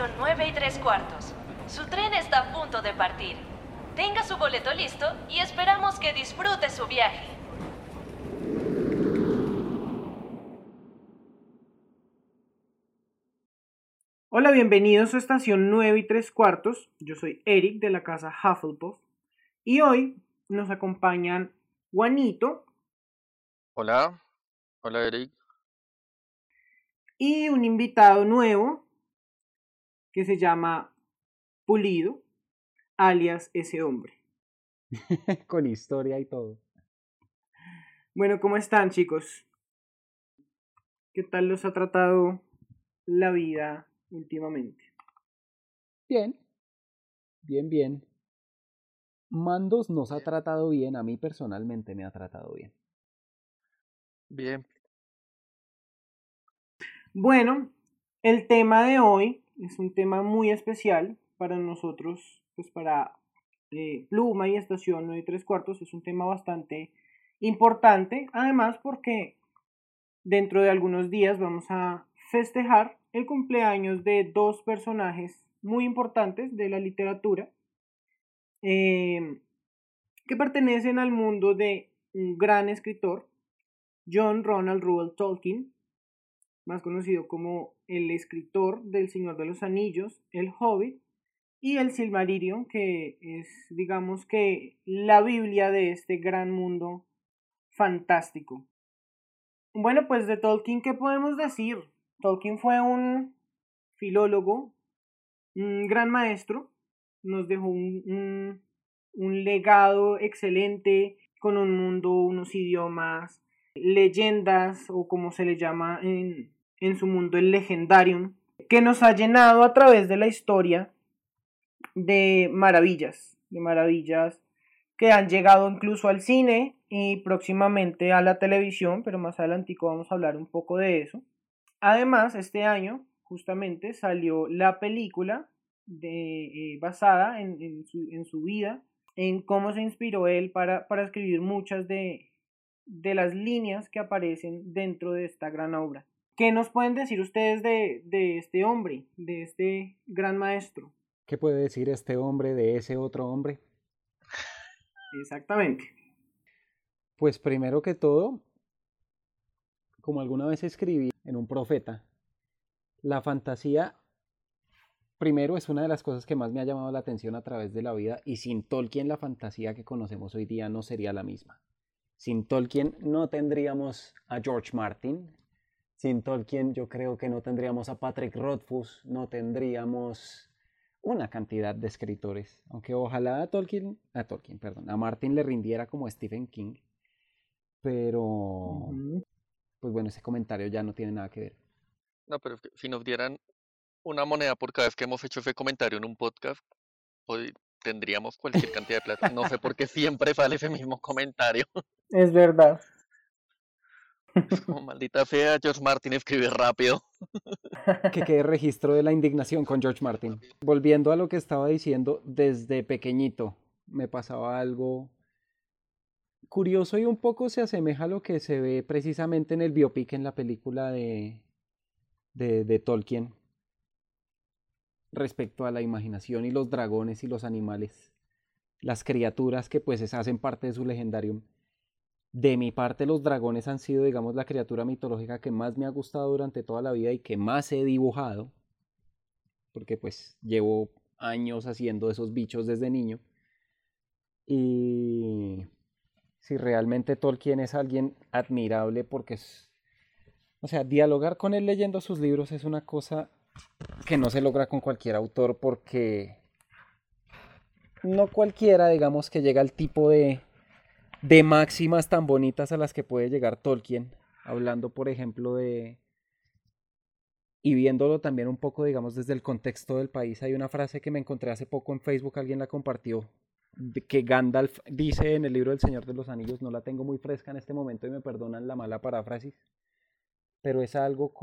estación 9:15. Su tren está a punto de partir. Tenga su boleto listo y esperamos que disfrute su viaje. Hola, bienvenidos a estación 9:15. Yo soy Eric de la casa Hufflepuff y hoy nos acompañan Juanito Hola, hola Eric. y un invitado nuevo que se llama Pulido, alias ese hombre. Con historia y todo. Bueno, ¿cómo están, chicos? ¿Qué tal los ha tratado la vida últimamente? Bien, bien. Mandos nos ha tratado bien, a mí personalmente me ha tratado bien. Bien. Bueno, el tema de hoy es un tema muy especial para nosotros, pues para Pluma y Estación 9:15. Es un tema bastante importante, además porque dentro de algunos días vamos a festejar el cumpleaños de dos personajes muy importantes de la literatura eh, que pertenecen al mundo de un gran escritor, John Ronald Reuel Tolkien, más conocido como el escritor del Señor de los Anillos, El Hobbit y el Silmarillion, que es, digamos que, la Biblia de este gran mundo fantástico. Bueno, pues de Tolkien, ¿qué podemos decir? Tolkien fue un filólogo, un gran maestro, nos dejó un legado excelente con un mundo, unos idiomas, leyendas o como se le llama en su mundo el legendarium, que nos ha llenado a través de la historia de maravillas que han llegado incluso al cine y próximamente a la televisión, pero más adelantico vamos a hablar un poco de eso. Además, este año justamente salió la película basada en su vida, en cómo se inspiró él para escribir muchas de las líneas que aparecen dentro de esta gran obra. ¿Qué nos pueden decir ustedes de este hombre, de este gran maestro? ¿Qué puede decir este hombre de ese otro hombre? Exactamente. Pues primero que todo, como alguna vez escribí en Un Profeta, la fantasía primero es una de las cosas que más me ha llamado la atención a través de la vida, y sin Tolkien la fantasía que conocemos hoy día no sería la misma. Sin Tolkien no tendríamos a George Martin. Sin Tolkien yo creo que no tendríamos a Patrick Rothfuss, no tendríamos una cantidad de escritores. Aunque ojalá a Martin le rindiera como a Stephen King. Pero, pues bueno, ese comentario ya no tiene nada que ver. No, pero si nos dieran una moneda por cada vez que hemos hecho ese comentario en un podcast, hoy tendríamos cualquier cantidad de plata. No sé por qué siempre sale ese mismo comentario. Es verdad. Es como maldita sea, George Martin escribe rápido. Que quede registro de la indignación con George Martin. Volviendo a lo que estaba diciendo, desde pequeñito me pasaba algo curioso y un poco se asemeja a lo que se ve precisamente en el biopic, en la película de Tolkien, respecto a la imaginación y los dragones y los animales, las criaturas que pues hacen parte de su legendarium. De mi parte, los dragones han sido, digamos, la criatura mitológica que más me ha gustado durante toda la vida y que más he dibujado, porque pues llevo años haciendo esos bichos desde niño. Y si realmente Tolkien es alguien admirable porque es, o sea, dialogar con él leyendo sus libros es una cosa que no se logra con cualquier autor, porque no cualquiera, digamos, que llega al tipo de máximas tan bonitas a las que puede llegar Tolkien, hablando, por ejemplo, y viéndolo también un poco, digamos, desde el contexto del país. Hay una frase que me encontré hace poco en Facebook, alguien la compartió, que Gandalf dice en el libro del Señor de los Anillos. No la tengo muy fresca en este momento y me perdonan la mala paráfrasis, pero es algo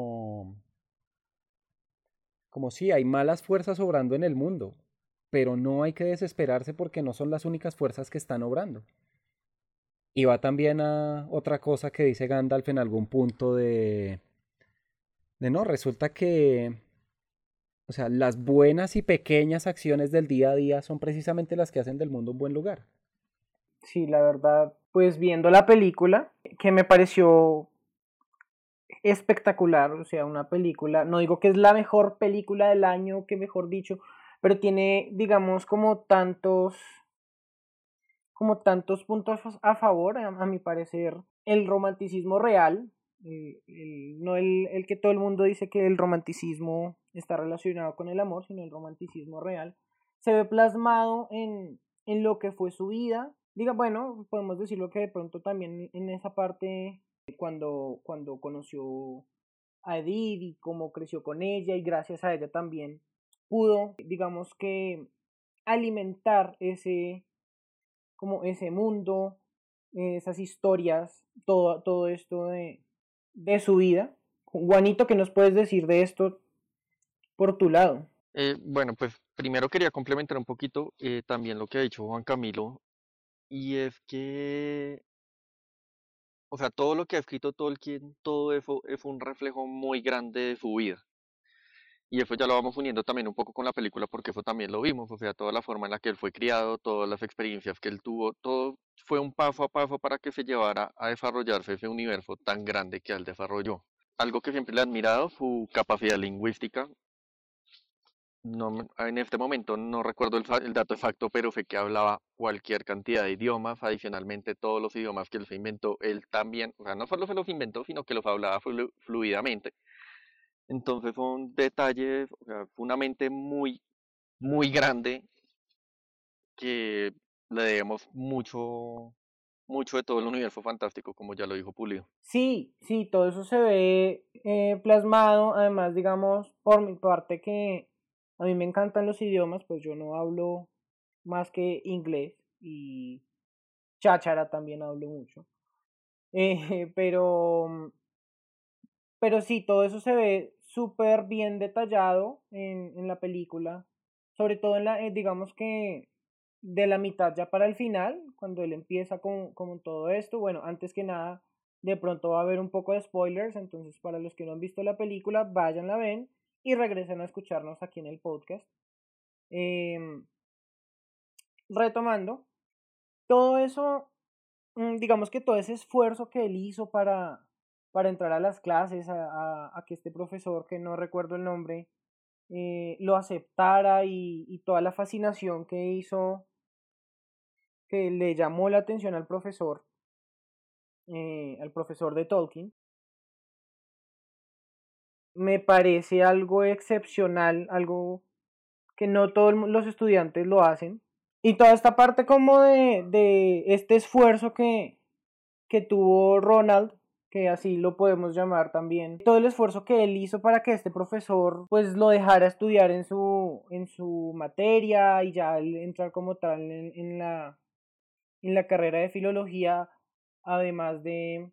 como si hay malas fuerzas obrando en el mundo, pero no hay que desesperarse porque no son las únicas fuerzas que están obrando. Y va también a otra cosa que dice Gandalf en algún punto de no, resulta que O sea, las buenas y pequeñas acciones del día a día son precisamente las que hacen del mundo un buen lugar. Sí, la verdad, pues viendo la película, que me pareció espectacular, o sea, una película, no digo que es la mejor película del año, que mejor dicho, pero tiene, digamos, como tantos puntos a favor, a mi parecer, el romanticismo real, no el que todo el mundo dice que el romanticismo está relacionado con el amor, sino el romanticismo real, se ve plasmado en lo que fue su vida. Diga, bueno, podemos decirlo que de pronto también en esa parte, cuando conoció a Edith y cómo creció con ella y gracias a ella también pudo, digamos que, alimentar como ese mundo, esas historias, todo esto de su vida. Juanito, ¿qué nos puedes decir de esto por tu lado? Bueno, pues primero quería complementar un poquito también lo que ha dicho Juan Camilo, y es que, o sea, todo lo que ha escrito Tolkien, todo eso es un reflejo muy grande de su vida. Y eso ya lo vamos uniendo también un poco con la película porque eso también lo vimos, o sea, toda la forma en la que él fue criado, todas las experiencias que él tuvo, todo fue un paso a paso para que se llevara a desarrollarse ese universo tan grande que él desarrolló. Algo que siempre le he admirado, su capacidad lingüística. No, en este momento no recuerdo el dato exacto, pero sé que hablaba cualquier cantidad de idiomas. Adicionalmente, todos los idiomas que él se inventó, él también, o sea, no solo se los inventó, sino que los hablaba fluidamente. Entonces son detalles, o sea, fue una mente muy, muy grande que le debemos mucho, mucho de todo el universo fantástico, como ya lo dijo Pulido. Sí, sí, todo eso se ve plasmado. Además, digamos, por mi parte que a mí me encantan los idiomas, pues yo no hablo más que inglés y cháchara también hablo mucho. Pero sí, todo eso se ve súper bien detallado en la película, sobre todo digamos que de la mitad ya para el final, cuando él empieza con todo esto. Bueno, antes que nada, de pronto va a haber un poco de spoilers, entonces para los que no han visto la película, vayan, la ven y regresen a escucharnos aquí en el podcast. Em, Retomando, todo eso, digamos que todo ese esfuerzo que él hizo para entrar a las clases, a que este profesor, que no recuerdo el nombre, lo aceptara y toda la fascinación que hizo, que le llamó la atención al profesor de Tolkien, me parece algo excepcional, algo que no todos los estudiantes lo hacen. Y toda esta parte como de este esfuerzo que tuvo Ronald, que así lo podemos llamar también, todo el esfuerzo que él hizo para que este profesor pues lo dejara estudiar en su materia y ya él entrar como tal en la carrera de filología, además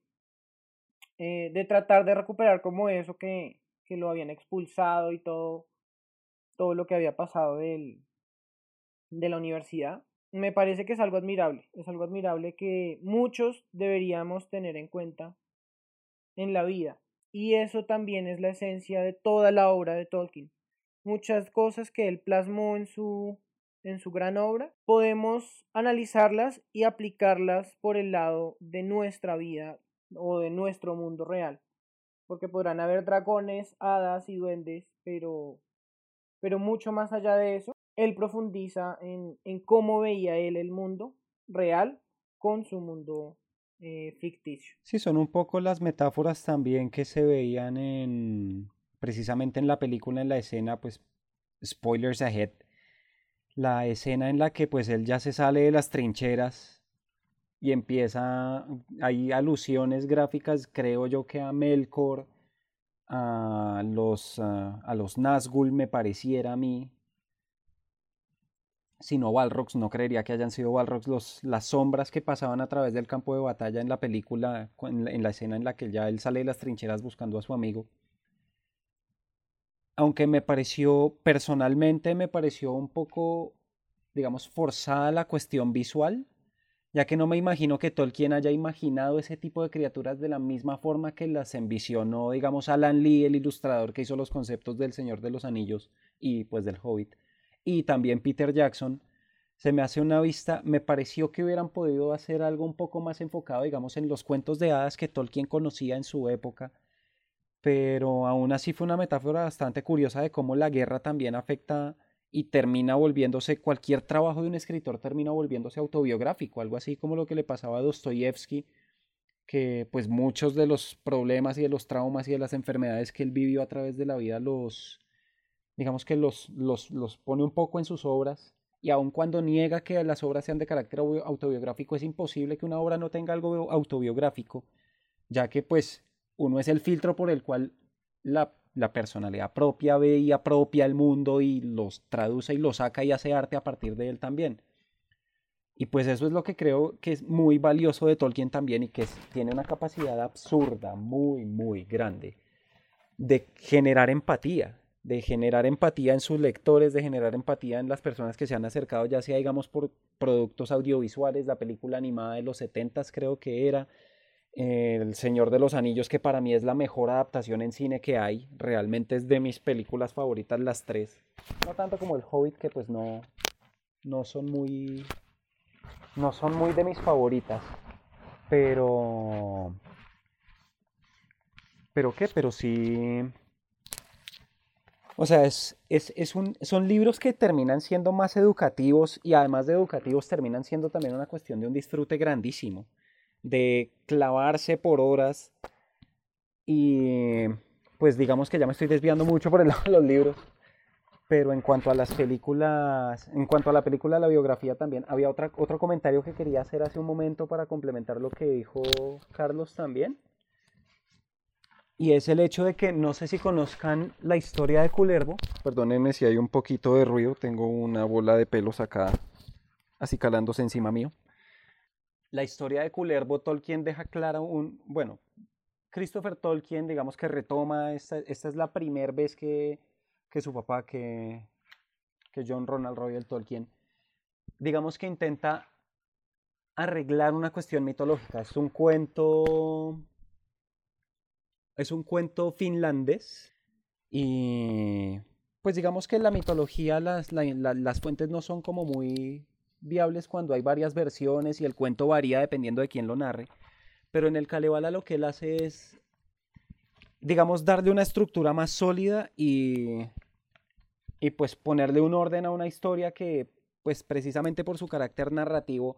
de tratar de recuperar como eso que lo habían expulsado y todo lo que había pasado de la universidad. Me parece que es algo admirable que muchos deberíamos tener en cuenta en la vida. Y eso también es la esencia de toda la obra de Tolkien. Muchas cosas que él plasmó en su gran obra, podemos analizarlas y aplicarlas por el lado de nuestra vida o de nuestro mundo real. Porque podrán haber dragones, hadas y duendes, pero mucho más allá de eso, él profundiza en cómo veía él el mundo real con su mundo ficticio. Sí, son un poco las metáforas también que se veían precisamente en la película, en la escena, pues, spoilers ahead, la escena en la que pues él ya se sale de las trincheras y empieza, hay alusiones gráficas, creo yo que a Melkor, a los Nazgûl me pareciera a mí, si no Balrogs, no creería que hayan sido Balrogs, las sombras que pasaban a través del campo de batalla en la película, en la escena en la que ya él sale de las trincheras buscando a su amigo. Aunque personalmente me pareció un poco, digamos, forzada la cuestión visual, ya que no me imagino que Tolkien haya imaginado ese tipo de criaturas de la misma forma que las envisionó, digamos, Alan Lee, el ilustrador que hizo los conceptos del Señor de los Anillos y pues del Hobbit, y también Peter Jackson. Se me hace una vista, me pareció que hubieran podido hacer algo un poco más enfocado, digamos, en los cuentos de hadas que Tolkien conocía en su época, pero aún así fue una metáfora bastante curiosa de cómo la guerra también afecta y termina volviéndose, cualquier trabajo de un escritor termina volviéndose autobiográfico, algo así como lo que le pasaba a Dostoyevsky, que pues muchos de los problemas y de los traumas y de las enfermedades que él vivió a través de la vida digamos que los pone un poco en sus obras, y aun cuando niega que las obras sean de carácter autobiográfico, es imposible que una obra no tenga algo autobiográfico, ya que pues uno es el filtro por el cual la personalidad propia ve y apropia el mundo y los traduce y lo saca y hace arte a partir de él también. Y pues eso es lo que creo que es muy valioso de Tolkien también, y que tiene una capacidad absurda, muy, muy grande, de generar empatía en sus lectores, de generar empatía en las personas que se han acercado, ya sea digamos por productos audiovisuales, la película animada de los 70 creo que era, El Señor de los Anillos, que para mí es la mejor adaptación en cine que hay, realmente es de mis películas favoritas las tres, no tanto como El Hobbit, que pues no son muy, no son muy de mis favoritas, pero, pero sí, o sea, son libros que terminan siendo más educativos, y además de educativos terminan siendo también una cuestión de un disfrute grandísimo, de clavarse por horas. Y pues digamos que ya me estoy desviando mucho por el lado de los libros, pero en cuanto a las películas, en cuanto a la película, la biografía también, había otro comentario que quería hacer hace un momento para complementar lo que dijo Carlos también. Y es el hecho de que no sé si conozcan la historia de Kullervo. Perdónenme si hay un poquito de ruido, tengo una bola de pelos acá acicalándose encima mío. La historia de Kullervo, Tolkien deja clara bueno, Christopher Tolkien, digamos que retoma, esta es la primera vez que su papá, que John Ronald Reuel Tolkien, digamos que intenta arreglar una cuestión mitológica. Es un cuento finlandés, y pues digamos que la mitología, las fuentes no son como muy viables cuando hay varias versiones y el cuento varía dependiendo de quién lo narre. Pero en el Kalevala lo que él hace es, digamos, darle una estructura más sólida y pues ponerle un orden a una historia que, pues precisamente por su carácter narrativo,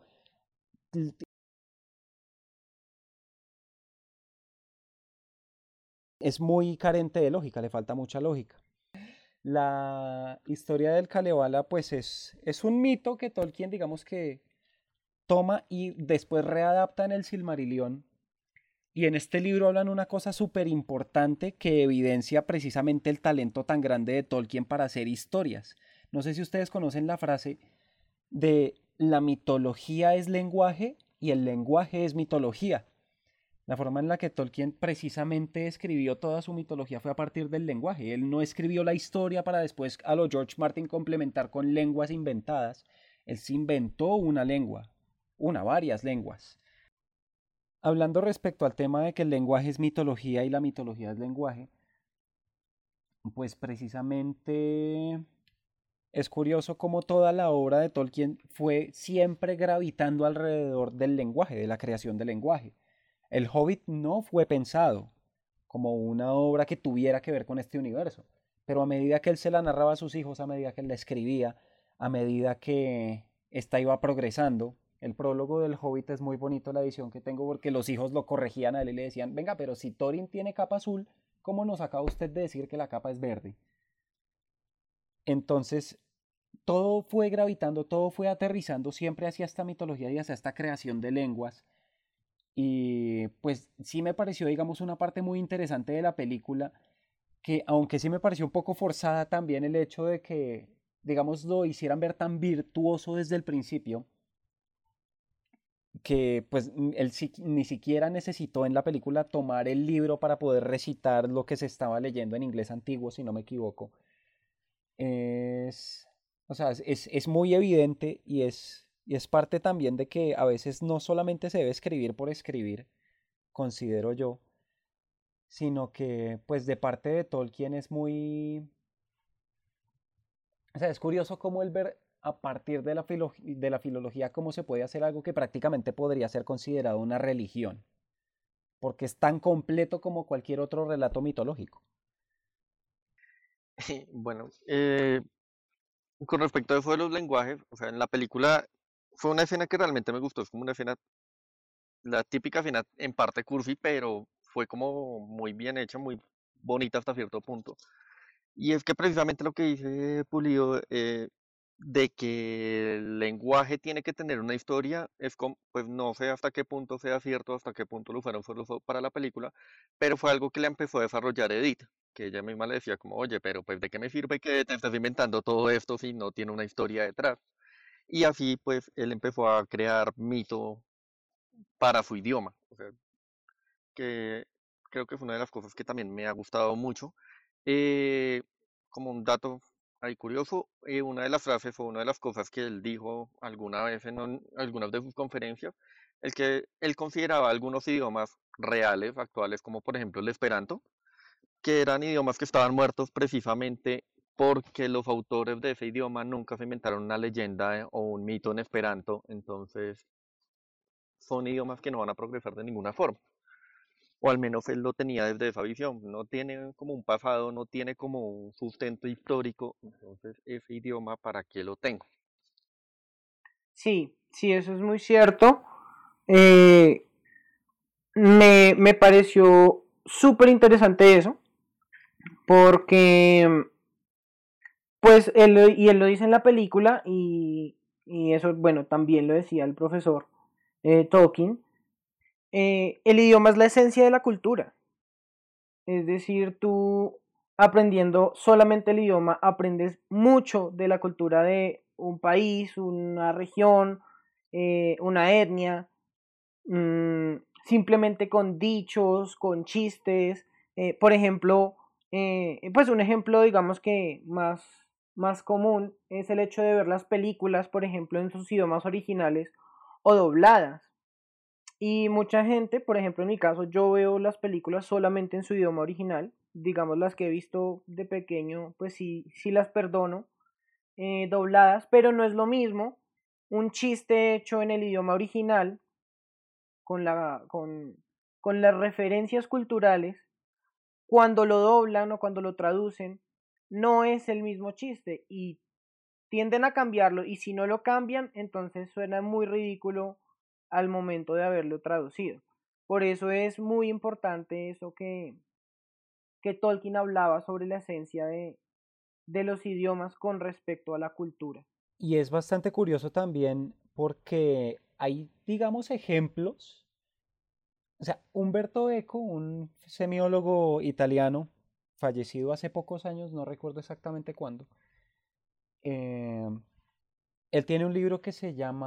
es muy carente de lógica, le falta mucha lógica. La historia del Kalevala pues es un mito que Tolkien digamos que toma y después readapta en el Silmarillion. Y en este libro hablan una cosa súper importante que evidencia precisamente el talento tan grande de Tolkien para hacer historias. No sé si ustedes conocen la frase de la mitología es lenguaje y el lenguaje es mitología. La forma en la que Tolkien precisamente escribió toda su mitología fue a partir del lenguaje. Él no escribió la historia para después a lo George Martin complementar con lenguas inventadas. Él se inventó una lengua, varias lenguas. Hablando respecto al tema de que el lenguaje es mitología y la mitología es lenguaje, pues precisamente es curioso cómo toda la obra de Tolkien fue siempre gravitando alrededor del lenguaje, de la creación del lenguaje. El Hobbit no fue pensado como una obra que tuviera que ver con este universo, pero a medida que él se la narraba a sus hijos, a medida que él la escribía, a medida que ésta iba progresando, el prólogo del Hobbit es muy bonito, la edición que tengo, porque los hijos lo corregían a él y le decían, venga, pero si Thorin tiene capa azul, ¿cómo nos acaba usted de decir que la capa es verde? Entonces, todo fue gravitando, todo fue aterrizando siempre hacia esta mitología y hacia esta creación de lenguas. Y pues sí me pareció, digamos, una parte muy interesante de la película, que aunque sí me pareció un poco forzada también el hecho de que, digamos, lo hicieran ver tan virtuoso desde el principio, que pues él ni siquiera necesitó en la película tomar el libro para poder recitar lo que se estaba leyendo en inglés antiguo, si no me equivoco. Es, o sea, es muy evidente y es Y es parte también de que a veces no solamente se debe escribir por escribir, considero yo, sino que pues de parte de Tolkien es muy... O sea, es curioso cómo él ver a partir de de la filología cómo se puede hacer algo que prácticamente podría ser considerado una religión, porque es tan completo como cualquier otro relato mitológico. Bueno, con respecto a eso de los lenguajes, o sea, en la película fue una escena que realmente me gustó, es como una escena, la típica escena en parte cursi, pero fue como muy bien hecha, muy bonita hasta cierto punto. Y es que precisamente lo que dice Pulido, de que el lenguaje tiene que tener una historia, es como, pues no sé hasta qué punto sea cierto, hasta qué punto lo fueron solo para la película, pero fue algo que le empezó a desarrollar Edith, que ella misma le decía como, oye, pero pues de qué me sirve que te estés inventando todo esto si no tiene una historia detrás. Y así pues él empezó a crear mito para su idioma, o sea, que creo que fue una de las cosas que también me ha gustado mucho. Eh, Como un dato ahí curioso, una de las frases o una de las cosas que él dijo alguna vez en algunas de sus conferencias, es que él consideraba algunos idiomas reales, actuales, como por ejemplo el esperanto, que eran idiomas que estaban muertos precisamente porque los autores de ese idioma nunca se inventaron una leyenda o un mito en esperanto, entonces son idiomas que no van a progresar de ninguna forma. O al menos él lo tenía desde esa visión. No tiene como un pasado, no tiene como un sustento histórico. Entonces, ese idioma, ¿para qué lo tengo? Sí, sí, eso es muy cierto. Eh, me pareció súper interesante eso, porque pues él lo dice en la película y eso, bueno, también lo decía el profesor Tolkien. El idioma es la esencia de la cultura. Es decir, tú aprendiendo solamente el idioma, aprendes mucho de la cultura de un país, una región, una etnia, mm, simplemente con dichos, con chistes. Por ejemplo, pues un ejemplo, digamos que más común es el hecho de ver las películas, por ejemplo, en sus idiomas originales o dobladas. Y mucha gente, por ejemplo en mi caso, yo veo las películas solamente en su idioma original, digamos las que he visto de pequeño, pues sí, sí las perdono, dobladas, pero no es lo mismo un chiste hecho en el idioma original con, con las referencias culturales, cuando lo doblan o cuando lo traducen, no es el mismo chiste y tienden a cambiarlo y si no lo cambian, entonces suena muy ridículo al momento de haberlo traducido. Por eso es muy importante eso que Tolkien hablaba sobre la esencia de los idiomas con respecto a la cultura. Y es bastante curioso también porque hay, digamos, ejemplos. O sea, Umberto Eco, un semiólogo italiano, fallecido hace pocos años, no recuerdo exactamente cuándo, eh, él tiene un libro que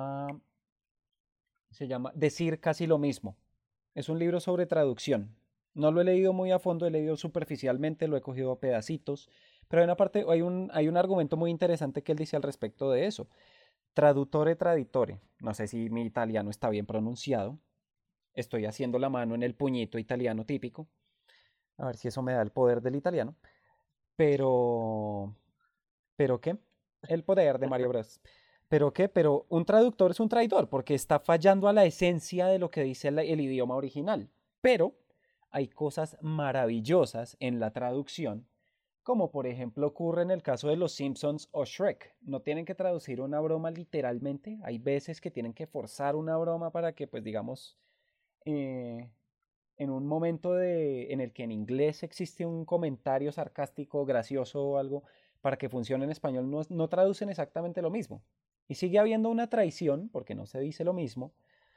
se llama Decir casi lo mismo. Es un libro sobre traducción. No lo he leído muy a fondo, he leído superficialmente, lo he cogido a pedacitos, pero hay una parte, hay un argumento muy interesante que él dice al respecto de eso. Traduttore traditore. No sé si mi italiano está bien pronunciado. Estoy haciendo la mano en el puñito italiano típico. A ver si eso me da el poder del italiano. Pero... ¿Pero qué? El poder de Mario Bros. ¿Pero qué? Pero un traductor es un traidor porque está fallando a la esencia de lo que dice el idioma original. Pero hay cosas maravillosas en la traducción, como por ejemplo ocurre en el caso de Los Simpsons o Shrek. No tienen que traducir una broma literalmente. Hay veces que tienen que forzar una broma para que, pues digamos, eh, en un momento en el que en inglés existe un comentario sarcástico, gracioso o algo, para que funcione en español no traducen exactamente lo mismo. Y sigue habiendo una traición, porque no se dice lo mismo,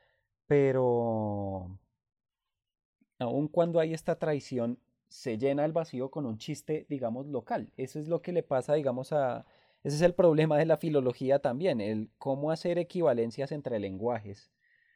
pero aun cuando hay esta traición, se llena el vacío con un chiste, digamos, local. Eso es lo que le pasa, digamos, a... Ese es el problema de la filología también, el cómo hacer equivalencias entre lenguajes.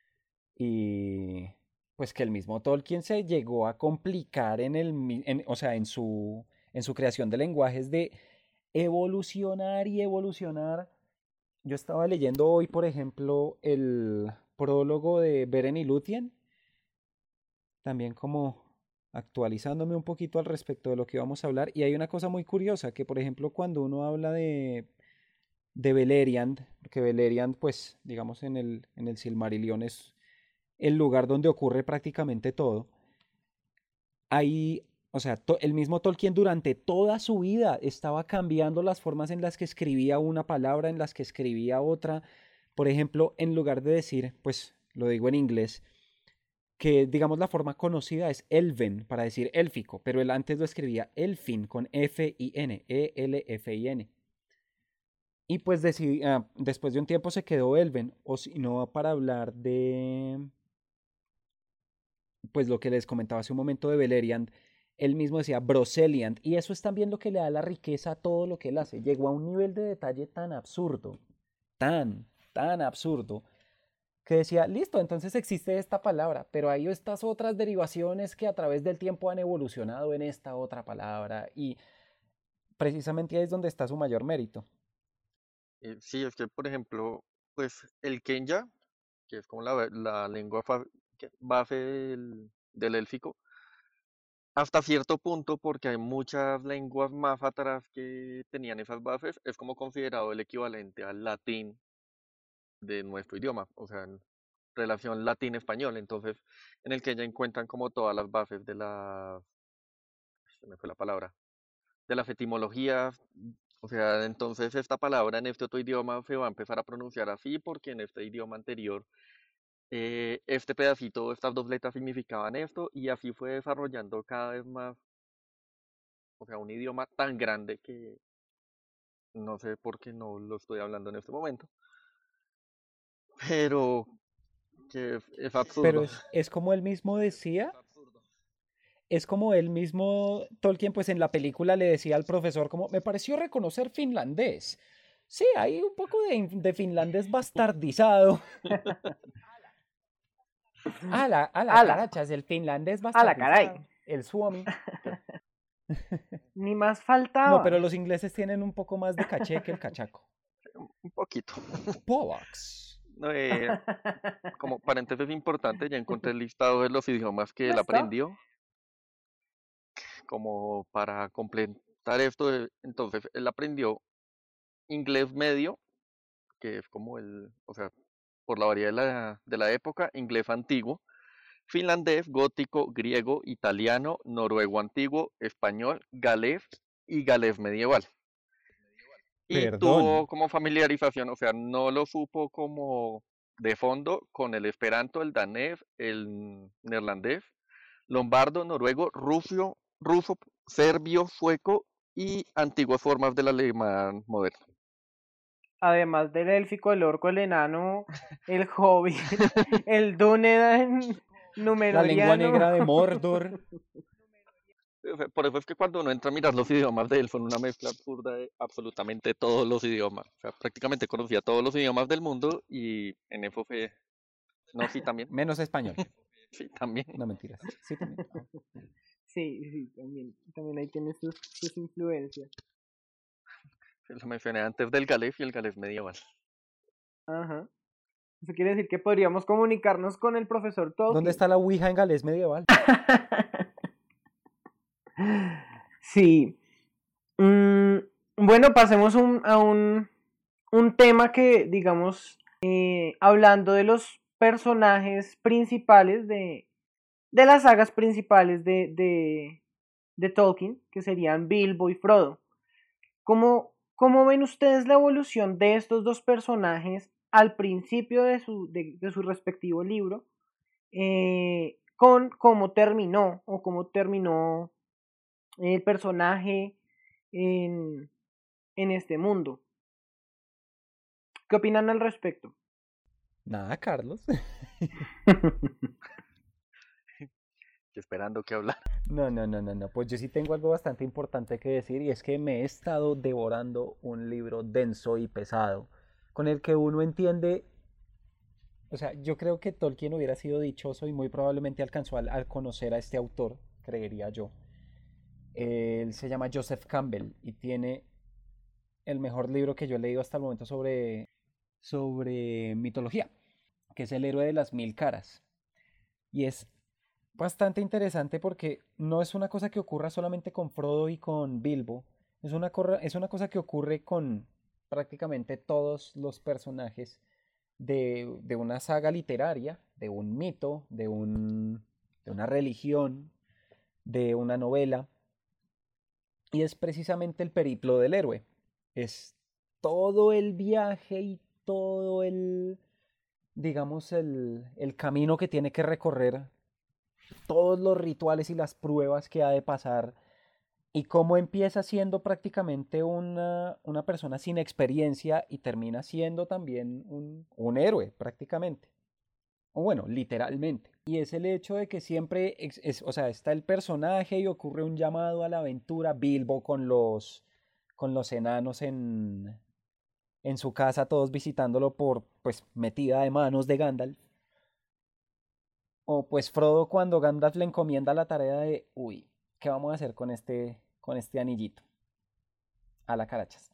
Y pues que el mismo Tolkien se llegó a complicar o sea, en su creación de lenguajes de evolucionar y evolucionar yo estaba leyendo hoy, por ejemplo, el prólogo de Beren y Lúthien, también como actualizándome un poquito al respecto de lo que vamos a hablar. Y hay una cosa muy curiosa, que por ejemplo cuando uno habla de Beleriand, porque Beleriand, pues, digamos, en el Silmarillion es el lugar donde ocurre prácticamente todo. Ahí, o sea, el mismo Tolkien durante toda su vida estaba cambiando las formas en las que escribía una palabra, en las que escribía otra. Por ejemplo, en lugar de decir, pues, lo digo en inglés, que digamos la forma conocida es Elven, para decir élfico, pero él antes lo escribía Elfin con F-I-N, E-L-F-I-N. Y pues después de un tiempo se quedó Elven, o si no, para hablar de, pues lo que les comentaba hace un momento de Beleriand, él mismo decía Broceliand, y eso es también lo que le da la riqueza a todo lo que él hace. Llegó a un nivel de detalle tan absurdo, tan absurdo, que decía, listo, entonces existe esta palabra, pero hay estas otras derivaciones que a través del tiempo han evolucionado en esta otra palabra, y precisamente ahí es donde está su mayor mérito. Sí, es que, por ejemplo, pues el Kenya, que es como la lengua base del élfico, hasta cierto punto, porque hay muchas lenguas más atrás que tenían esas bases, es como considerado el equivalente al latín de nuestro idioma, o sea, en relación latín-español. Entonces, en el Kenya encuentran como todas las bases se me fue la palabra, de las etimologías. O sea, entonces esta palabra en este otro idioma se va a empezar a pronunciar así porque en este idioma anterior este pedacito, estas dos letras significaban esto y así fue desarrollando cada vez más, o sea, un idioma tan grande que no sé por qué no lo estoy hablando en este momento, pero que es Pero absurdo. es como él mismo decía, es como él mismo, Tolkien, pues en la película le decía al profesor como, me pareció reconocer finlandés. Sí, hay un poco de finlandés bastardizado. A la Ala, carachas, el finlandés ala, caray. bastardizado. El suomi. Ni más No, pero faltaba. los ingleses tienen un poco más de caché que el cachaco. Un poquito. Povax. No, como paréntesis importante, ya encontré el listado de los idiomas que Ya él está. aprendió, como para completar esto. Entonces, él aprendió inglés medio, que es como o sea, por la variedad de la época, inglés antiguo, finlandés, gótico, griego, italiano, noruego antiguo, español, galés y galés medieval. Y tuvo Perdón. como familiarización, o sea, no lo supo como de fondo con el esperanto, el danés, el neerlandés, lombardo, noruego, ruso, serbio, sueco y antiguas formas del alemán moderno. Además del élfico, el orco, el enano, el hobbit, el dúnedain, La lengua Númenoriano. negra de Mordor. O sea, por eso es que cuando uno entra a mirar los idiomas de él, son una mezcla absurda de absolutamente todos los idiomas. O sea, prácticamente conocía todos los idiomas del mundo y en eso fue... No, sí, también. Menos español. Sí, también. No mentiras. Sí, también. Sí, sí, también ahí tiene sus influencias. Lo mencioné antes del galés y el galés medieval. Ajá. Eso quiere decir que podríamos comunicarnos con el profesor ¿Dónde Tolkien. está la Ouija en galés medieval? Sí. Bueno, pasemos a un tema que, digamos, hablando de los personajes principales de las sagas principales de Tolkien, que serían Bilbo y Frodo. ¿Cómo ven ustedes la evolución de estos dos personajes al principio de su respectivo libro? Con cómo terminó o cómo terminó el personaje en, en este mundo. ¿Qué opinan al respecto? Nada, Carlos. Esperando que hablar. No. Pues yo sí tengo algo bastante importante que decir y es que me he estado devorando un libro denso y pesado con el que uno entiende, o sea, yo creo que Tolkien hubiera sido dichoso y muy probablemente alcanzó al conocer a este autor, creería yo. Él se llama Joseph Campbell y tiene el mejor libro que yo he leído hasta el momento sobre sobre mitología, que es el héroe de las 1000 caras. Y es bastante interesante porque no es una cosa que ocurra solamente con Frodo y con Bilbo, es una cosa que ocurre con prácticamente todos los personajes de una saga literaria, de un mito, de una religión, de una novela, y es precisamente el periplo del héroe. Es todo el viaje y todo digamos, el camino que tiene que recorrer, todos los rituales y las pruebas que ha de pasar, y cómo empieza siendo prácticamente una persona sin experiencia y termina siendo también un héroe prácticamente. O bueno, literalmente. Y es el hecho de que siempre, o sea, está el personaje y ocurre un llamado a la aventura. Bilbo con los enanos en su casa, todos visitándolo por, pues, metida de manos de Gandalf. O pues Frodo cuando Gandalf le encomienda la tarea de, uy, ¿qué vamos a hacer con este anillito? A la carachas.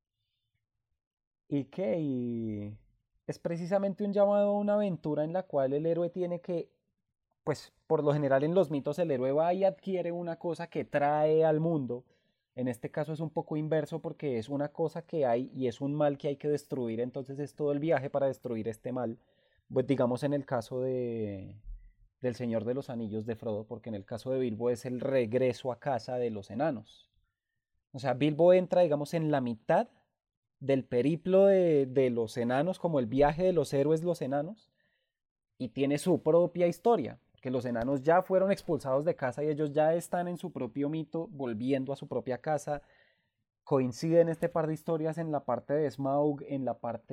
Y es precisamente un llamado a una aventura en la cual el héroe tiene que, pues por lo general en los mitos el héroe va y adquiere una cosa que trae al mundo. En este caso es un poco inverso porque es una cosa que hay y es un mal que hay que destruir, entonces es todo el viaje para destruir este mal. Pues digamos en el caso del Señor de los Anillos de Frodo, porque en el caso de Bilbo es el regreso a casa de los enanos. O sea, Bilbo entra, digamos, en la mitad del periplo de los enanos, como el viaje de los héroes los enanos, y tiene su propia historia, que los enanos ya fueron expulsados de casa y ellos ya están en su propio mito, volviendo a su propia casa. Coinciden este par de historias en la parte de Smaug, en la parte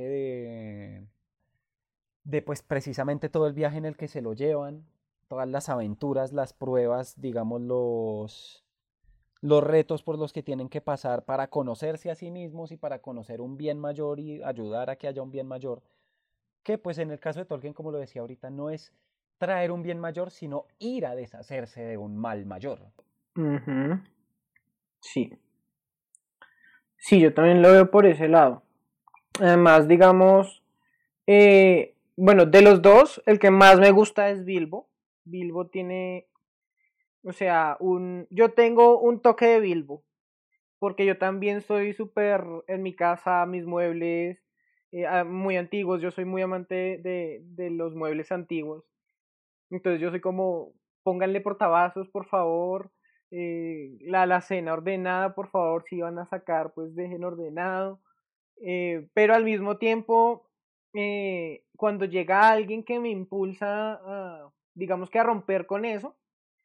de pues precisamente todo el viaje en el que se lo llevan, todas las aventuras, las pruebas, digamos los retos por los que tienen que pasar para conocerse a sí mismos y para conocer un bien mayor y ayudar a que haya un bien mayor, que pues en el caso de Tolkien, como lo decía ahorita, no es traer un bien mayor, sino ir a deshacerse de un mal mayor. Ujú. Sí. Sí, yo también lo veo por ese lado. Además, digamos, bueno, de los dos, el que más me gusta es Bilbo. Bilbo tiene, o sea, yo tengo un toque de Bilbo, porque yo también soy súper en mi casa, mis muebles muy antiguos, yo soy muy amante de los muebles antiguos. Entonces yo soy como, pónganle portavasos, por favor, la alacena ordenada, por favor, si van a sacar, pues dejen ordenado. Pero al mismo tiempo, cuando llega alguien que me impulsa digamos que a romper con eso,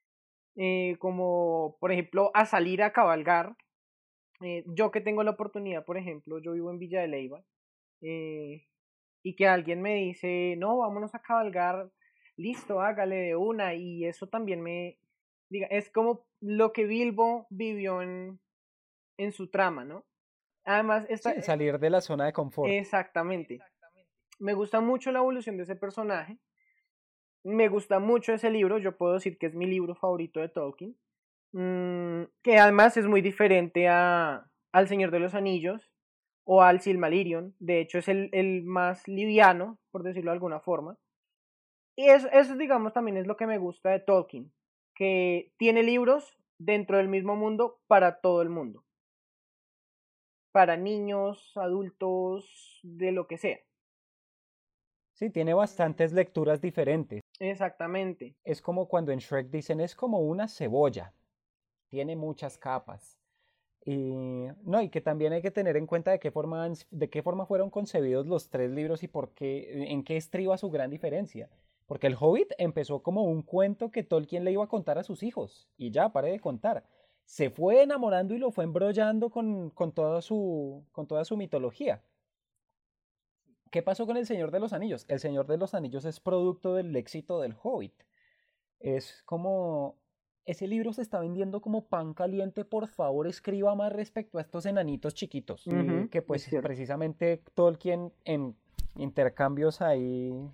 como por ejemplo a salir a cabalgar, yo que tengo la oportunidad, por ejemplo, yo vivo en Villa de Leyva, eh, y que alguien me dice, no, vámonos a cabalgar, listo, hágale de una, y eso también es como lo que Bilbo vivió en su trama, ¿no? Además, Sí, salir de la zona de confort. exactamente. Me gusta mucho la evolución de ese personaje. Me gusta mucho ese libro. Yo puedo decir que es mi libro favorito de Tolkien. Que además es muy diferente al Señor de los Anillos o al Silmarillion. De hecho, es el más liviano, por decirlo de alguna forma. Y eso, digamos, también es lo que me gusta de Tolkien. Que tiene libros dentro del mismo mundo para todo el mundo. Para niños, adultos, de lo que sea. Sí, tiene bastantes lecturas diferentes. Exactamente. Es como cuando en Shrek dicen, es como una cebolla, tiene muchas capas. Y, no, y que también hay que tener en cuenta de qué forma fueron concebidos los tres libros y por qué, en qué estriba su gran diferencia. Porque el Hobbit empezó como un cuento que Tolkien le iba a contar a sus hijos. Y ya, pare de contar. Se fue enamorando y lo fue embrollando con toda su mitología. ¿Qué pasó con El Señor de los Anillos? El Señor de los Anillos es producto del éxito del Hobbit. Es como, ese libro se está vendiendo como pan caliente, por favor escriba más respecto a estos enanitos chiquitos. Y que pues precisamente Tolkien en intercambios ahí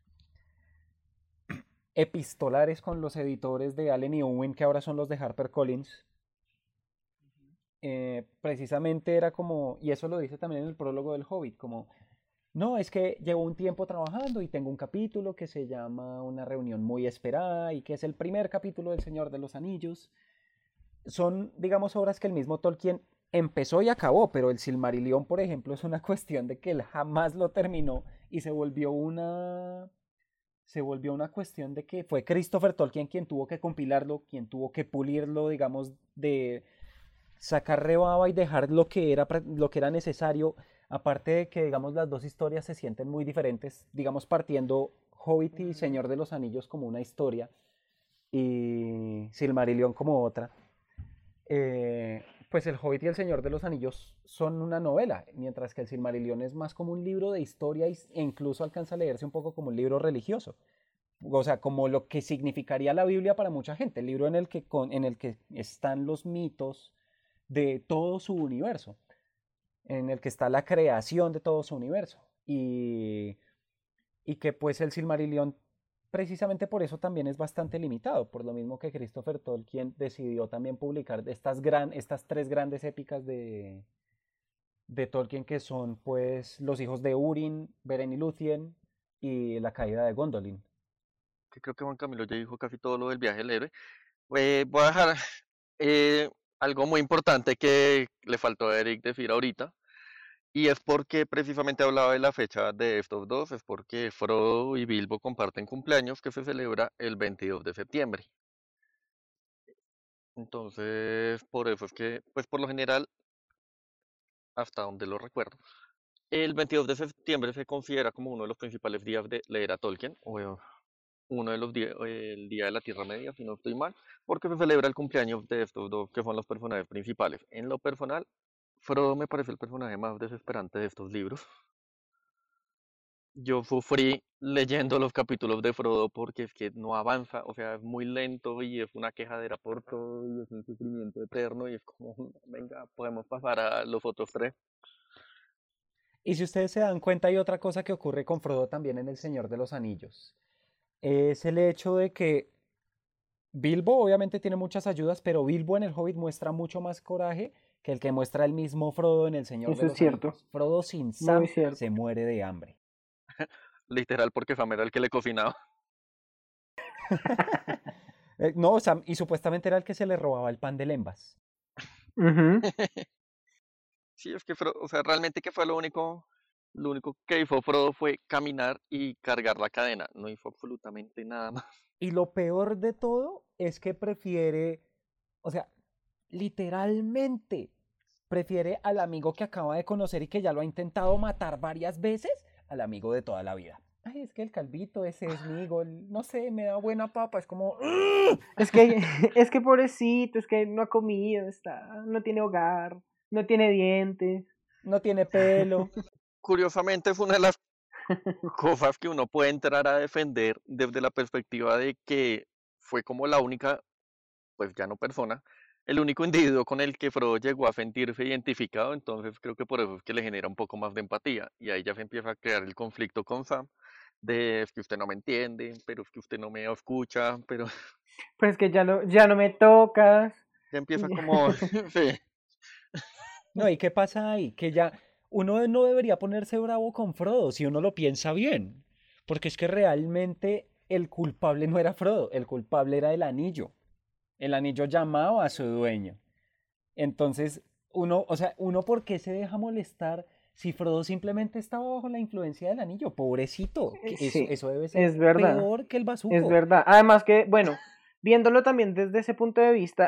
epistolares con los editores de Allen y Unwin, que ahora son los de HarperCollins, precisamente era como, y eso lo dice también en el prólogo del Hobbit, como No, es que llevo un tiempo trabajando y tengo un capítulo que se llama Una reunión muy esperada y que es el primer capítulo del Señor de los Anillos. Son, digamos, obras que el mismo Tolkien empezó y acabó, pero el Silmarillion, por ejemplo, es una cuestión de que él jamás lo terminó y se volvió una cuestión de que fue Christopher Tolkien quien tuvo que compilarlo, quien tuvo que pulirlo, digamos, de sacar rebaba y dejar lo que era necesario, aparte de que, digamos, las dos historias se sienten muy diferentes, digamos, partiendo Hobbit y Señor de los Anillos como una historia y Silmarillion como otra. Pues el Hobbit y el Señor de los Anillos son una novela, mientras que el Silmarillion es más como un libro de historia e incluso alcanza a leerse un poco como un libro religioso. O sea, como lo que significaría la Biblia para mucha gente, el libro en el que están los mitos de todo su universo, en el que está la creación de todo su universo. Y que pues el Silmarillion precisamente por eso también es bastante limitado, por lo mismo que Christopher Tolkien decidió también publicar estas tres grandes épicas de Tolkien, que son pues Los hijos de Húrin, Beren y Lúthien y La caída de Gondolin. Que creo que Juan Camilo ya dijo casi todo lo del viaje del héroe. Voy a dejar eh, algo muy importante que le faltó a Eric decir ahorita, y es porque precisamente hablaba de la fecha de estos dos, es porque Frodo y Bilbo comparten cumpleaños que se celebra el 22 de septiembre. Entonces, por eso es que, pues por lo general, hasta donde lo recuerdo, el 22 de septiembre se considera como uno de los principales días de leer a Tolkien, o uno de los días, el día de la Tierra Media, si no estoy mal, porque se celebra el cumpleaños de estos dos que son los personajes principales. En lo personal, Frodo me parece el personaje más desesperante de estos libros. Yo sufrí leyendo los capítulos de Frodo porque es que no avanza, o sea, es muy lento y es una quejadera por todo y es un sufrimiento eterno y es como, venga, podemos pasar a los otros tres. Y si ustedes se dan cuenta, hay otra cosa que ocurre con Frodo también en El Señor de los Anillos. Es el hecho de que Bilbo obviamente tiene muchas ayudas, pero Bilbo en el Hobbit muestra mucho más coraje que el que muestra el mismo Frodo en El Señor de Eso es los cierto, Anillos. Frodo sin muy Sam se cierto. muere de hambre. Literal, porque Sam era el que le cocinaba. No, Sam, y supuestamente era el que se le robaba el pan de Lembas. Ujú. Sí, es que Frodo, o sea, realmente que fue lo único que hizo Frodo fue caminar y cargar la cadena, no hizo absolutamente nada más. Y lo peor de todo es que prefiere, o sea, literalmente prefiere al amigo que acaba de conocer y que ya lo ha intentado matar varias veces al amigo de toda la vida. Ay, es que el calvito ese es mi hijo, no sé, me da buena papa, es como... "Ugh". Es que, es que pobrecito, es que no ha comido, no tiene hogar, no tiene dientes. No tiene pelo. Curiosamente es una de las cosas que uno puede entrar a defender desde la perspectiva de que fue como la única, pues ya no persona, el único individuo con el que Frodo llegó a sentirse identificado, entonces creo que por eso es que le genera un poco más de empatía y ahí ya se empieza a crear el conflicto con Sam de es que usted no me entiende, pero es que usted no me escucha, pero Pues es que ya no me tocas. ya empieza como, sí, No, ¿y qué pasa ahí? Que ya uno no debería ponerse bravo con Frodo si uno lo piensa bien. Porque es que realmente el culpable no era Frodo, el culpable era el anillo. El anillo llamaba a su dueño. Entonces, o sea, uno ¿por qué se deja molestar si Frodo simplemente estaba bajo la influencia del anillo? Pobrecito, que eso, Sí, eso debe ser es verdad, peor que el es bazuco. verdad. Además que, bueno, viéndolo también desde ese punto de vista,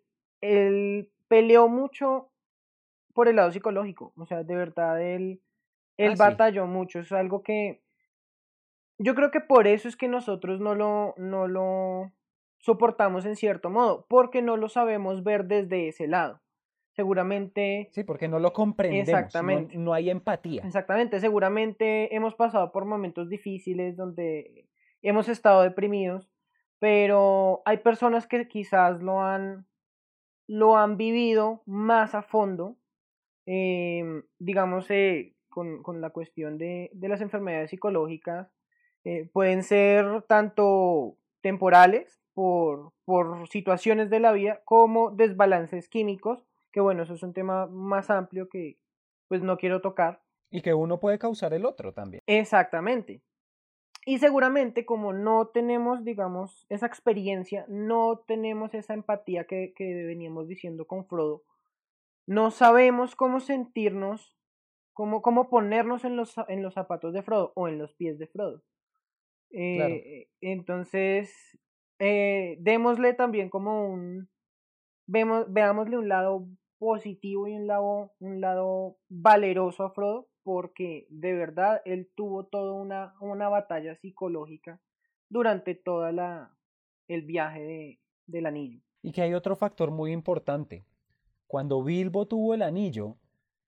él peleó mucho por el lado psicológico. O sea, de verdad, él Ah, sí. batalló mucho. Es algo que yo creo que por eso es que nosotros no lo soportamos en cierto modo, porque no lo sabemos ver desde ese lado. Seguramente, Sí, porque no lo comprendemos, no, exactamente. no hay empatía. Exactamente, seguramente hemos pasado por momentos difíciles donde hemos estado deprimidos, pero hay personas que quizás lo han vivido más a fondo, digamos, con la cuestión de las enfermedades psicológicas, pueden ser tanto temporales por situaciones de la vida como desbalances químicos, que bueno, eso es un tema más amplio que pues no quiero tocar. Y que uno puede causar el otro también. Exactamente. Y seguramente como no tenemos, digamos, esa experiencia, no tenemos esa empatía que veníamos diciendo con Frodo, no sabemos cómo sentirnos, cómo ponernos en los zapatos de Frodo o en los pies de Frodo. Claro. Entonces, démosle también veámosle un lado positivo y un lado valeroso a Frodo, porque de verdad él tuvo toda una batalla psicológica durante toda el viaje del anillo. Y que hay otro factor muy importante. Cuando Bilbo tuvo el anillo,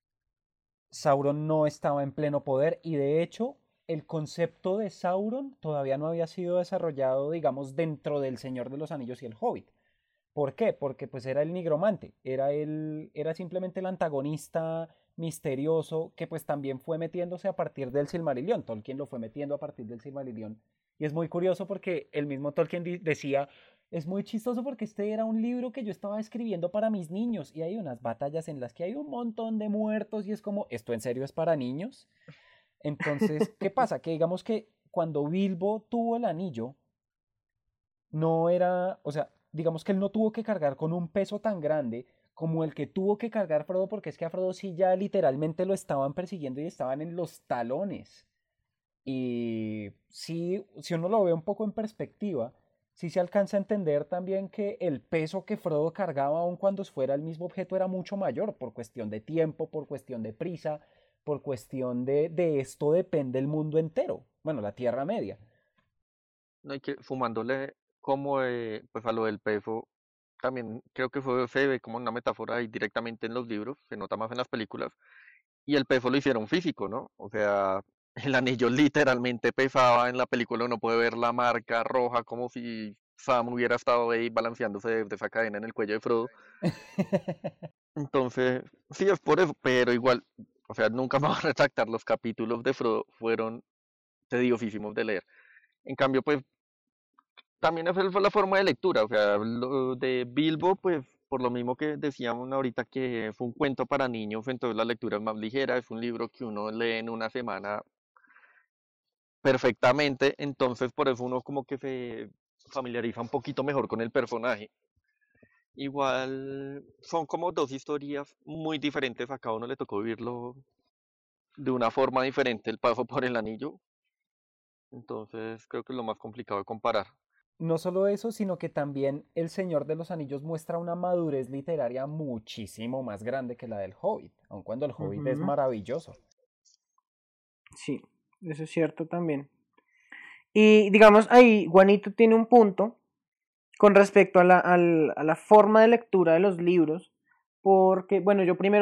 Sauron no estaba en pleno poder y de hecho el concepto de Sauron todavía no había sido desarrollado, digamos, dentro del Señor de los Anillos y el Hobbit. ¿Por qué? Porque pues era el nigromante, era simplemente el antagonista misterioso que pues también fue metiéndose a partir del Silmarillion. Tolkien lo fue metiendo a partir del Silmarillion. Y es muy curioso porque el mismo Tolkien decía, es muy chistoso porque este era un libro que yo estaba escribiendo para mis niños y hay unas batallas en las que hay un montón de muertos y es como, ¿esto en serio es para niños? Entonces, ¿qué pasa? Que digamos que cuando Bilbo tuvo el anillo, no era, o sea, digamos que él no tuvo que cargar con un peso tan grande como el que tuvo que cargar Frodo, porque es que a Frodo sí ya literalmente lo estaban persiguiendo y estaban en los talones. Y sí, si uno lo ve un poco en perspectiva, sí se alcanza a entender también que el peso que Frodo cargaba, aun cuando fuera el mismo objeto, era mucho mayor por cuestión de tiempo, por cuestión de prisa, por cuestión de esto depende el mundo entero. Bueno, la Tierra Media. No hay que, fumándole como pues a lo del peso, también creo que se ve como una metáfora ahí directamente en los libros, se nota más en las películas, y el peso lo hicieron físico, ¿no? O sea, el anillo literalmente pesaba, en la película uno puede ver la marca roja como si Sam hubiera estado ahí balanceándose de esa cadena en el cuello de Frodo. Entonces, sí es por eso, pero igual, o sea, nunca me voy a retractar, los capítulos de Frodo fueron tediosísimos de leer. En cambio, pues también esa fue la forma de lectura, o sea, lo de Bilbo, pues por lo mismo que decíamos ahorita que fue un cuento para niños, entonces la lectura es más ligera, es un libro que uno lee en una semana perfectamente, entonces por eso uno como que se familiariza un poquito mejor con el personaje. Igual son como dos historias muy diferentes, a cada uno le tocó vivirlo de una forma diferente el paso por el anillo, entonces creo que es lo más complicado de comparar. No solo eso, sino que también El Señor de los Anillos muestra una madurez literaria muchísimo más grande que la del Hobbit, aun cuando el Hobbit es Ujú. maravilloso. Sí, eso es cierto también. Y digamos, ahí Juanito tiene un punto con respecto a la forma de lectura de los libros, porque, bueno, yo primero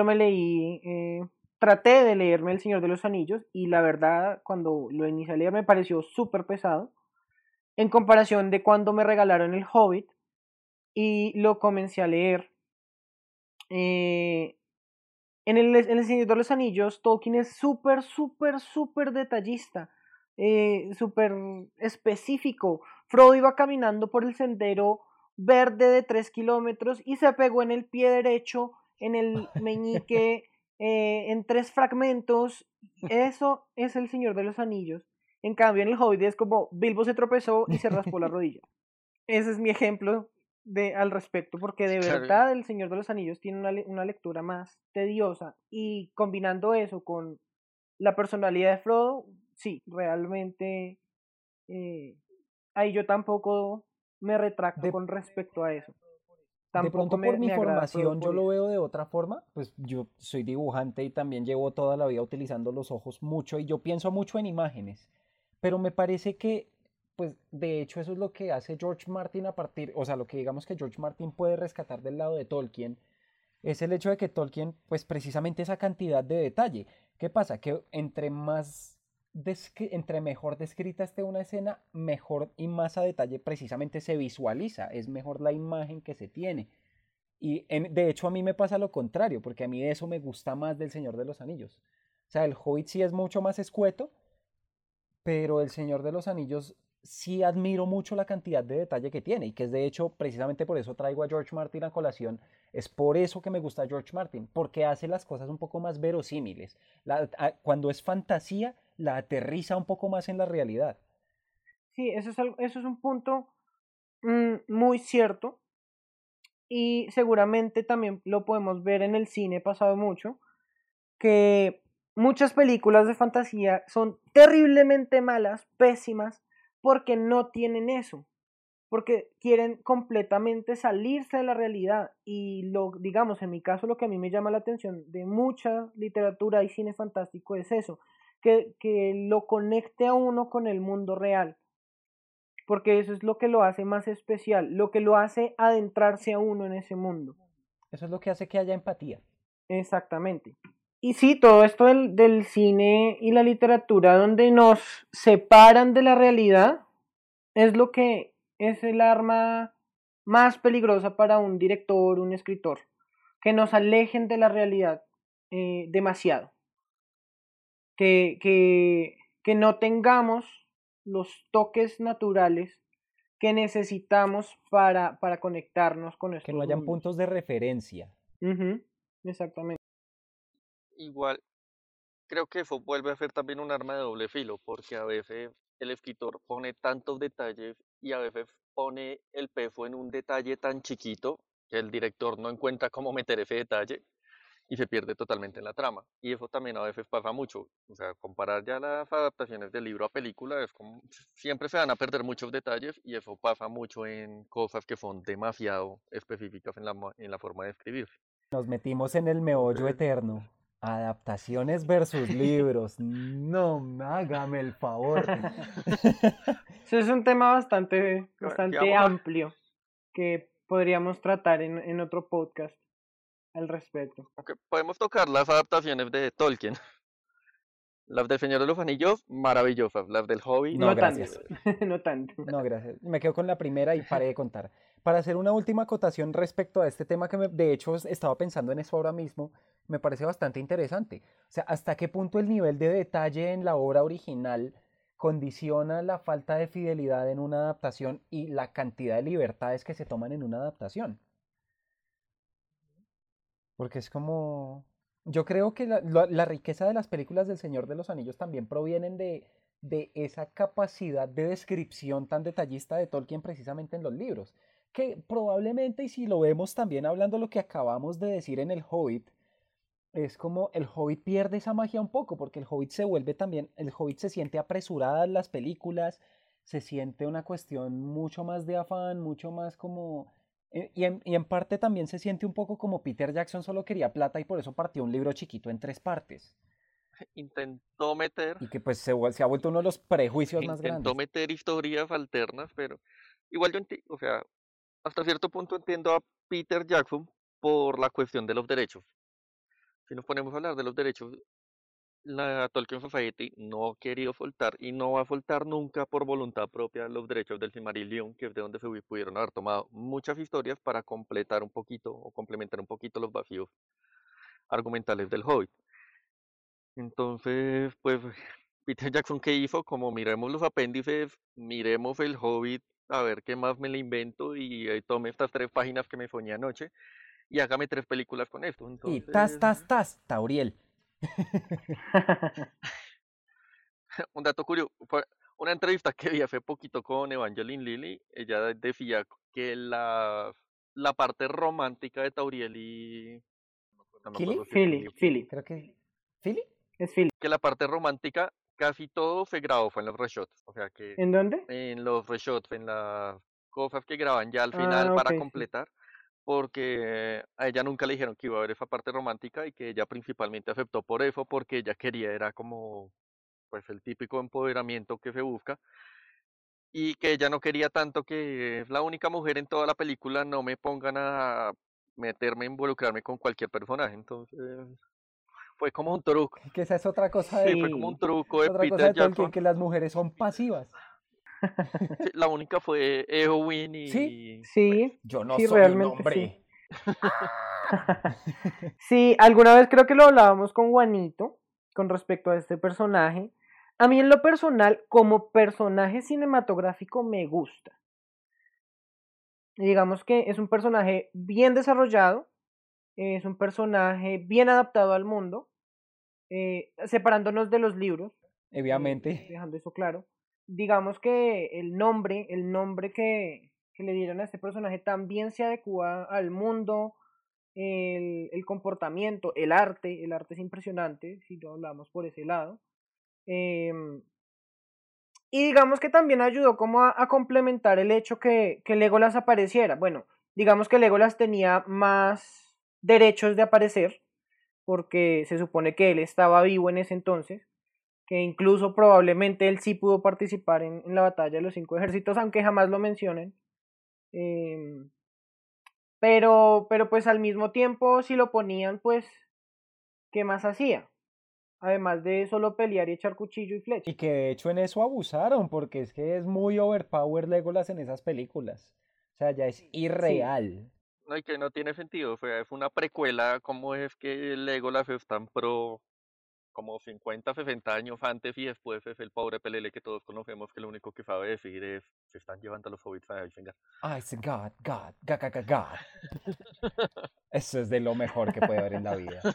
traté de leerme El Señor de los Anillos y la verdad, cuando lo inicié a leer me pareció súper pesado en comparación de cuando me regalaron El Hobbit y lo comencé a leer. Eh, en el Señor de los Anillos, Tolkien es súper, súper, súper detallista, súper específico. Frodo iba caminando por el sendero verde de 3 kilómetros y se pegó en el pie derecho, en el meñique, en 3 fragmentos. Eso es el Señor de los Anillos. En cambio, en el Hobbit es como Bilbo se tropezó y se raspó la rodilla. Ese es mi ejemplo al respecto, porque de Claro, verdad El Señor de los Anillos tiene una lectura más tediosa y combinando eso con la personalidad de Frodo, sí, realmente eh, ahí yo tampoco me retracto De, con respecto a eso. de Tampoco pronto por mi me agrada Frodo formación yo por lo eso. veo de otra forma, pues yo soy dibujante y también llevo toda la vida utilizando los ojos mucho y yo pienso mucho en imágenes, pero me parece que, pues de hecho eso es lo que hace George Martin a partir, o sea, lo que digamos que George Martin puede rescatar del lado de Tolkien es el hecho de que Tolkien, pues precisamente esa cantidad de detalle. ¿Qué pasa? Que entre mejor descrita esté una escena, mejor y más a detalle precisamente se visualiza, es mejor la imagen que se tiene. Y de hecho a mí me pasa lo contrario, porque a mí eso me gusta más del Señor de los Anillos. O sea, el Hobbit sí es mucho más escueto, pero el Señor de los Anillos sí admiro mucho la cantidad de detalle que tiene y que es de hecho precisamente por eso traigo a George Martin a colación. Es por eso que me gusta George Martin, porque hace las cosas un poco más verosímiles. Cuando es fantasía, la aterriza un poco más en la realidad. Sí, eso es un punto muy cierto y seguramente también lo podemos ver en el cine pasado mucho, que muchas películas de fantasía son terriblemente malas, pésimas, porque no tienen eso, porque quieren completamente salirse de la realidad y digamos, en mi caso lo que a mí me llama la atención de mucha literatura y cine fantástico es eso, que lo conecte a uno con el mundo real, porque eso es lo que lo hace más especial, lo que lo hace adentrarse a uno en ese mundo. Eso es lo que hace que haya empatía. Exactamente. Y sí, todo esto del cine y la literatura donde nos separan de la realidad es lo que es el arma más peligrosa para un director, un escritor, que nos alejen de la realidad demasiado, que no tengamos los toques naturales que necesitamos para conectarnos con estos Que no hayan mundos. puntos de referencia. Exactamente. Igual, creo que eso vuelve a ser también un arma de doble filo, porque a veces el escritor pone tantos detalles y a veces pone el peso en un detalle tan chiquito que el director no encuentra cómo meter ese detalle y se pierde totalmente en la trama. Y eso también a veces pasa mucho. O sea, comparar ya las adaptaciones del libro a película es como siempre se van a perder muchos detalles y eso pasa mucho en cosas que son demasiado específicas en la forma de escribir. Nos metimos en el meollo eterno. Adaptaciones versus libros. No, hágame el favor. Eso es un tema bastante Digamos, amplio que podríamos tratar en otro podcast al respecto. aunque podemos tocar las adaptaciones de Tolkien. Las del Señor de los Anillos, maravillosas. Las del Hobbit, No, gracias. No tanto. No, gracias. Me quedo con la primera y paré de contar. Para hacer una última acotación respecto a este tema que de hecho estaba pensando en eso ahora mismo, me parece bastante interesante. O sea, hasta qué punto el nivel de detalle en la obra original condiciona la falta de fidelidad en una adaptación y la cantidad de libertades que se toman en una adaptación. Porque es como... Yo creo que la riqueza de las películas del Señor de los Anillos también provienen de esa capacidad de descripción tan detallista de Tolkien precisamente en los libros. Que probablemente, y si lo vemos también hablando lo que acabamos de decir en El Hobbit, es como el Hobbit pierde esa magia un poco, porque el Hobbit se vuelve también, el Hobbit se siente apresurada en las películas, se siente una cuestión mucho más de afán, mucho más como... y en parte también se siente un poco como Peter Jackson solo quería plata y por eso partió un libro chiquito en 3 partes. intentó meter, Y que pues se ha vuelto uno de los prejuicios más intentó grandes. meter historias alternas, pero igual o sea, hasta cierto punto entiendo a Peter Jackson por la cuestión de los derechos. Si nos ponemos a hablar de los derechos, la Tolkien Society no ha querido soltar y no va a soltar nunca por voluntad propia los derechos del Silmarillion, que es de donde se pudieron haber tomado muchas historias para completar un poquito o complementar un poquito los vacíos argumentales del Hobbit. Entonces, pues, Peter Jackson, ¿qué hizo? Como miremos los apéndices, miremos el Hobbit, a ver qué más me le invento y tome estas 3 páginas que me soñé anoche y hágame 3 películas con esto. Y Entonces, Tauriel. un dato curioso, fue una entrevista que vi hace poquito con Evangeline Lilly, ella decía que la parte romántica de Tauriel y... No me ¿Philly? acuerdo si es Philly. Creo que... ¿Philly? Es Philly. que la parte romántica casi todo se grabó fue en los reshots, o sea que ¿En dónde? en los reshots, en las cosas que graban ya al final para Ok, sí. completar, porque a ella nunca le dijeron que iba a haber esa parte romántica y que ella principalmente aceptó por eso, porque ella quería, era como pues el típico empoderamiento que se busca, y que ella no quería tanto que es la única mujer en toda la película, no me pongan a meterme, involucrarme con cualquier personaje, entonces fue como un truco, Que esa es otra cosa sí, de... fue como un Sí. truco de Otra cosa Peter de Tolkien, Jackson. que las mujeres son pasivas. Sí, la única fue Eowyn Sí, y pues Sí, yo no sí, soy un realmente sí. hombre. Sí, alguna vez creo que lo hablábamos con Juanito con respecto a este personaje. A mí en lo personal, como personaje cinematográfico me gusta. Digamos que es un personaje bien desarrollado, es un personaje bien adaptado al mundo, separándonos de los libros, Obviamente. dejando eso claro. Digamos que el nombre que le dieron a este personaje también se adecua al mundo, el comportamiento, el arte es impresionante, si lo hablamos por ese lado. em, y digamos que también ayudó como a complementar el hecho que Legolas apareciera. Bueno, digamos que Legolas tenía más derechos de aparecer, porque se supone que él estaba vivo en ese entonces, que incluso probablemente él sí pudo participar en la batalla de los 5 ejércitos, aunque jamás lo mencionen. Em, pero pues al mismo tiempo, si lo ponían, pues, ¿qué más hacía? Además de solo pelear y echar cuchillo y flecha. Y que de hecho en eso abusaron, porque es que es muy overpower Legolas en esas películas. O sea, ya es Sí. irreal. No, y que no tiene sentido, o sea, fue una precuela, ¿cómo es que Legolas es tan pro como 50, 60 años antes y después es el pobre pelele que todos conocemos que lo único que sabe decir es se están llevando a los hobbits a Isengard? God, God, God, God, God, God. Eso es de lo mejor que puede haber en la vida.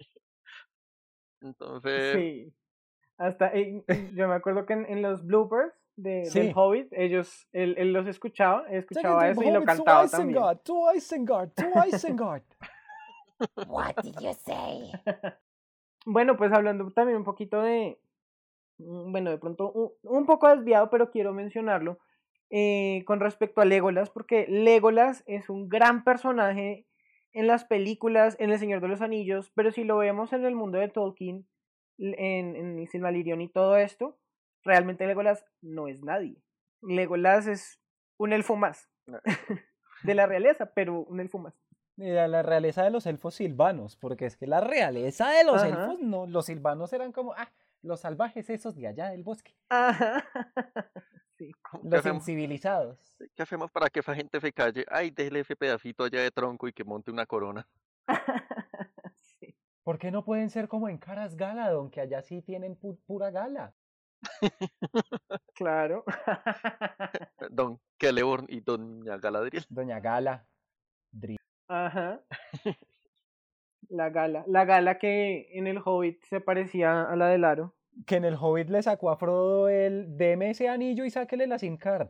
Entonces, Sí. Hasta, yo me acuerdo que en los bloopers del Sí. Hobbit, él los Second escuchaba to eso y lo Hobbits to cantaba también. Isengard, to Isengard, to Isengard. What did you say? Bueno, pues hablando también un poquito bueno, de pronto un poco desviado, pero quiero mencionarlo, con respecto a Legolas, porque Legolas es un gran personaje en las películas, en El Señor de los Anillos, pero si lo vemos en el mundo de Tolkien, en el Silmarillion y todo esto, realmente Legolas no es nadie. Legolas es un elfo más de la realeza, pero un elfo más. Mira, la realeza de los elfos silvanos, porque es que la realeza de los Ajá, elfos, no, los silvanos eran como, los salvajes esos de allá del bosque, ajá. Sí, ¿qué los hacemos? incivilizados. ¿Qué hacemos para que esa gente se calle? Ay, déjele ese pedacito allá de tronco y que monte una corona. sí, ¿Por qué no pueden ser como en Caras Galadon, que allá sí tienen pura gala? claro. Don Celeborn y Doña Galadriel. Doña Gala, Ajá, la gala que en el Hobbit se parecía a la del aro. que en el Hobbit le sacó a Frodo el deme ese anillo y sáquele la SIM card.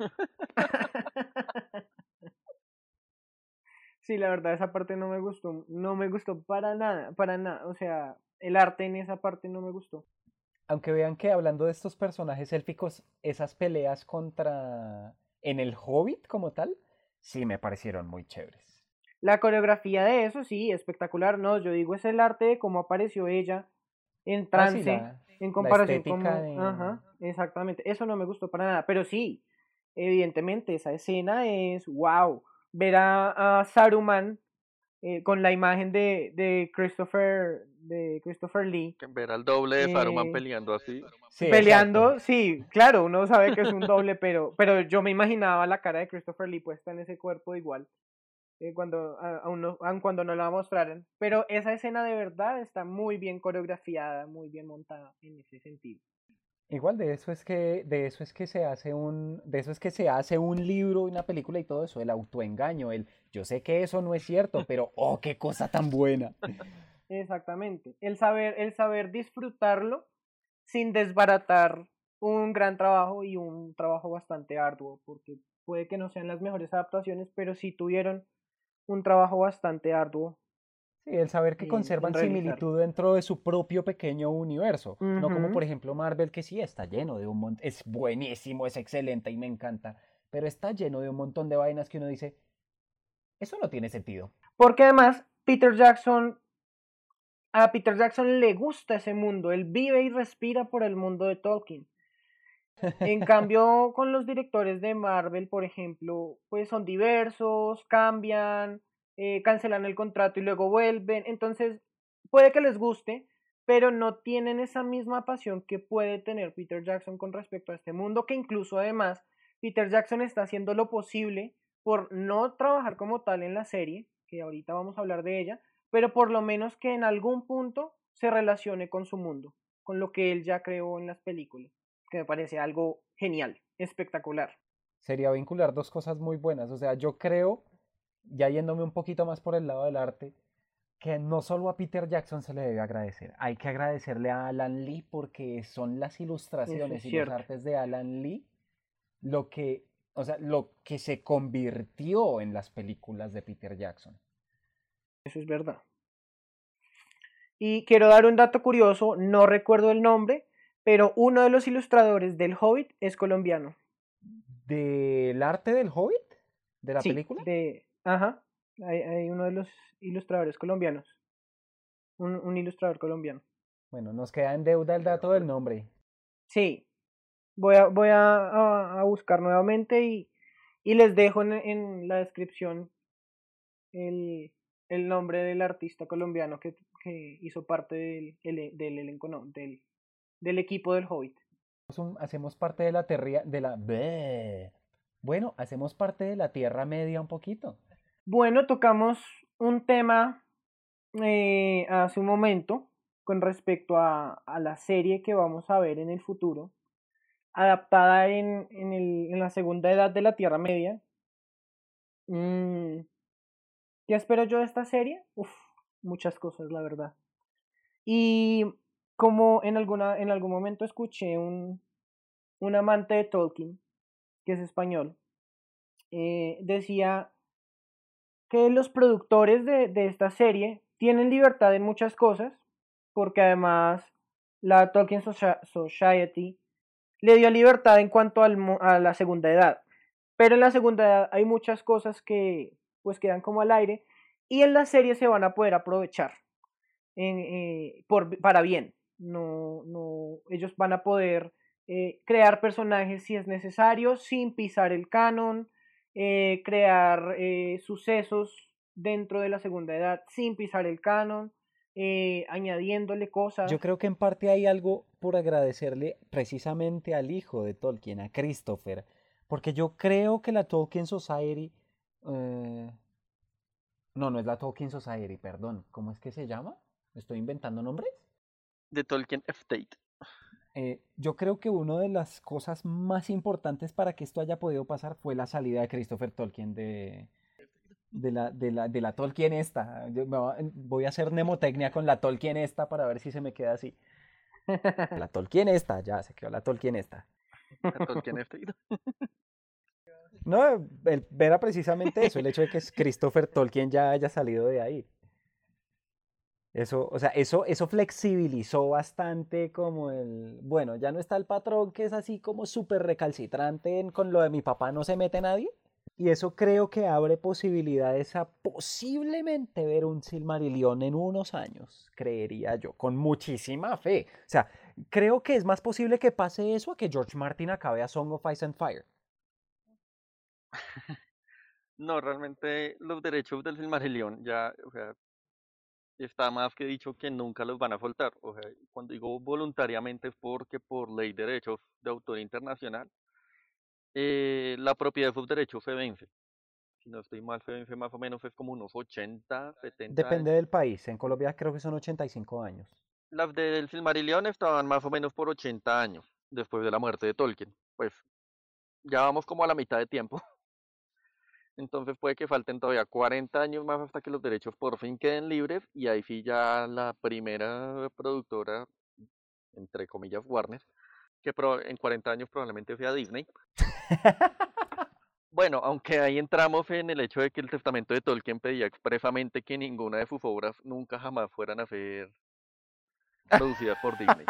Sí, la verdad esa parte no me gustó para nada, o sea, el arte en esa parte no me gustó. Aunque vean que hablando de estos personajes élficos, esas peleas contra... en el Hobbit como tal, sí me parecieron muy chéveres. La coreografía de eso, sí, espectacular, no, yo digo es el arte de cómo apareció ella en Ah, sí, trance en la comparación estética como, de... ajá, exactamente, eso no me gustó para nada, pero sí, evidentemente esa escena es wow, ver a Saruman con la imagen de Christopher Lee Que ver al doble de Saruman eh, peleando así. Sí, exacto. peleando, sí, claro, uno sabe que es un doble, pero yo me imaginaba la cara de Christopher Lee puesta en ese cuerpo igual, cuando, aun cuando no la mostraran. Pero esa escena de verdad está muy bien coreografiada, muy bien montada en ese sentido. Igual de eso es que se hace de eso es que se hace un libro, una película y todo eso, el autoengaño, yo sé que eso no es cierto, pero oh, qué cosa tan buena. Exactamente. El saber disfrutarlo sin desbaratar un gran trabajo y un trabajo bastante arduo, porque puede que no sean las mejores adaptaciones, pero sí tuvieron un trabajo bastante arduo Sí, el saber que en conservan realizarlo. similitud dentro de su propio pequeño universo, no como Ujú, por ejemplo Marvel que sí está lleno de un montón, es buenísimo, es excelente y me encanta, pero está lleno de un montón de vainas que uno dice, eso no tiene sentido. porque además a Peter Jackson le gusta ese mundo, él vive y respira por el mundo de Tolkien. En cambio, con los directores de Marvel, por ejemplo, pues son diversos, cambian, cancelan el contrato y luego vuelven. Entonces, puede que les guste, pero no tienen esa misma pasión que puede tener Peter Jackson con respecto a este mundo, que incluso además Peter Jackson está haciendo lo posible por no trabajar como tal en la serie, que ahorita vamos a hablar de ella, pero por lo menos que en algún punto se relacione con su mundo, con lo que él ya creó en las películas, que me parece algo genial, espectacular. Sería vincular dos cosas muy buenas. O sea, yo creo, ya yéndome un poquito más por el lado del arte, que no solo a Peter Jackson se le debe agradecer, hay que agradecerle a Alan Lee porque son las Eso es ilustraciones y los cierto, artes de Alan Lee lo que, o sea, lo que se convirtió en las películas de Peter Jackson. eso es verdad. Y quiero dar un dato curioso, no recuerdo el nombre, pero uno de los ilustradores del Hobbit es colombiano. ¿Del arte del Hobbit? ¿De la Sí, película? ajá, hay uno de los ilustradores colombianos, un ilustrador colombiano. Bueno, nos queda en deuda el dato del nombre. Sí, voy a buscar nuevamente y les dejo en la descripción el, el nombre del artista colombiano que hizo parte del elenco, no, del equipo del Hobbit. Hacemos parte de la tierra, Bueno, hacemos parte de la Tierra Media un poquito. Bueno, tocamos un tema hace un momento con respecto a la serie que vamos a ver en el futuro, adaptada en la segunda edad de la Tierra Media. Mm, ¿Qué espero yo de esta serie? Uf, muchas cosas, la verdad. Y como en algún momento escuché un amante de Tolkien, que es español, decía que los productores de esta serie tienen libertad en muchas cosas, porque además la Tolkien Society le dio libertad en cuanto a la segunda edad. Pero en la segunda edad hay muchas cosas que pues quedan como al aire y en la serie se van a poder aprovechar para bien. Ellos van a poder crear personajes si es necesario, sin pisar el canon, crear sucesos dentro de la segunda edad sin pisar el canon, añadiéndole Yo cosas. creo que en parte hay algo por agradecerle precisamente al hijo de Tolkien, a Christopher, porque yo creo que la Tolkien Society, eh, no es la Tolkien Society, perdón, ¿cómo es que se llama? ¿Estoy inventando nombres? De Tolkien Estate. Yo creo que una de las cosas más importantes para que esto haya podido pasar fue la salida de Christopher Tolkien de la Tolkien esta. Voy a hacer mnemotecnia con la Tolkien esta para ver si se me queda así. La Tolkien esta, ya se quedó la Tolkien esta. A Tolkien Estate. No, era precisamente eso, el hecho de que Christopher Tolkien ya haya salido de ahí. Eso, o sea, eso flexibilizó bastante como bueno, ya no está el patrón que es así como súper recalcitrante con lo de mi papá no se mete nadie. Y eso creo que abre posibilidades a posiblemente ver un Silmarillion en unos años, creería yo, con muchísima fe. O sea, creo que es más posible que pase eso a que George Martin acabe a Song of Ice and Fire. No, realmente los derechos del Silmarillion ya, o sea, está más que dicho que nunca los van a soltar. O sea, cuando digo voluntariamente es porque por ley de derechos de autor internacional, la propiedad de sus derechos se vence. Si no estoy mal, se vence más o menos es como unos 80, 70 Depende años. del país. En Colombia creo que son 85 años. Las del Silmarillion estaban más o menos por 80 años después de la muerte de Tolkien. Pues ya vamos como a la mitad de tiempo. Entonces puede que falten todavía 40 años más hasta que los derechos por fin queden libres y ahí sí ya la primera productora, entre comillas Warner, que en 40 años probablemente sea Disney. Bueno, aunque ahí entramos en el hecho de que el testamento de Tolkien pedía expresamente que ninguna de sus obras nunca jamás fueran a ser producidas por Disney.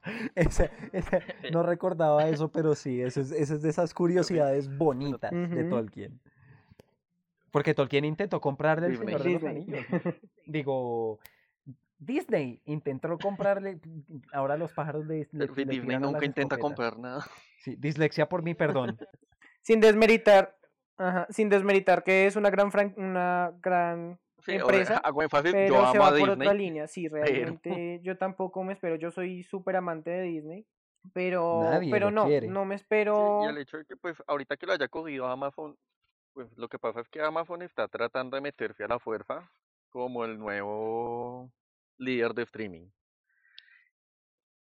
No recordaba eso, pero sí, eso es de esas curiosidades Bueno, bonitas de Ujú. Tolkien. Porque Tolkien intentó comprarle El Disney. Señor de los Disney. Anillos. Digo, Disney intentó comprarle, ahora los pájaros le Disney tiran a las nunca intenta escopetas. comprar nada. Sí, dislexia por mi perdón. Sin desmeritar, ajá, sin desmeritar que es una gran Sí, empresa, hago énfasis, yo pero se amo a va por otra Disney, línea. Sí, pero realmente yo tampoco me espero, yo soy súper amante de Disney, Nadie pero lo quiere. no me sí, y el espero. hecho de que pues ahorita que lo haya cogido Amazon, pues lo que pasa es que Amazon está tratando de meterse a la fuerza como el nuevo líder de streaming.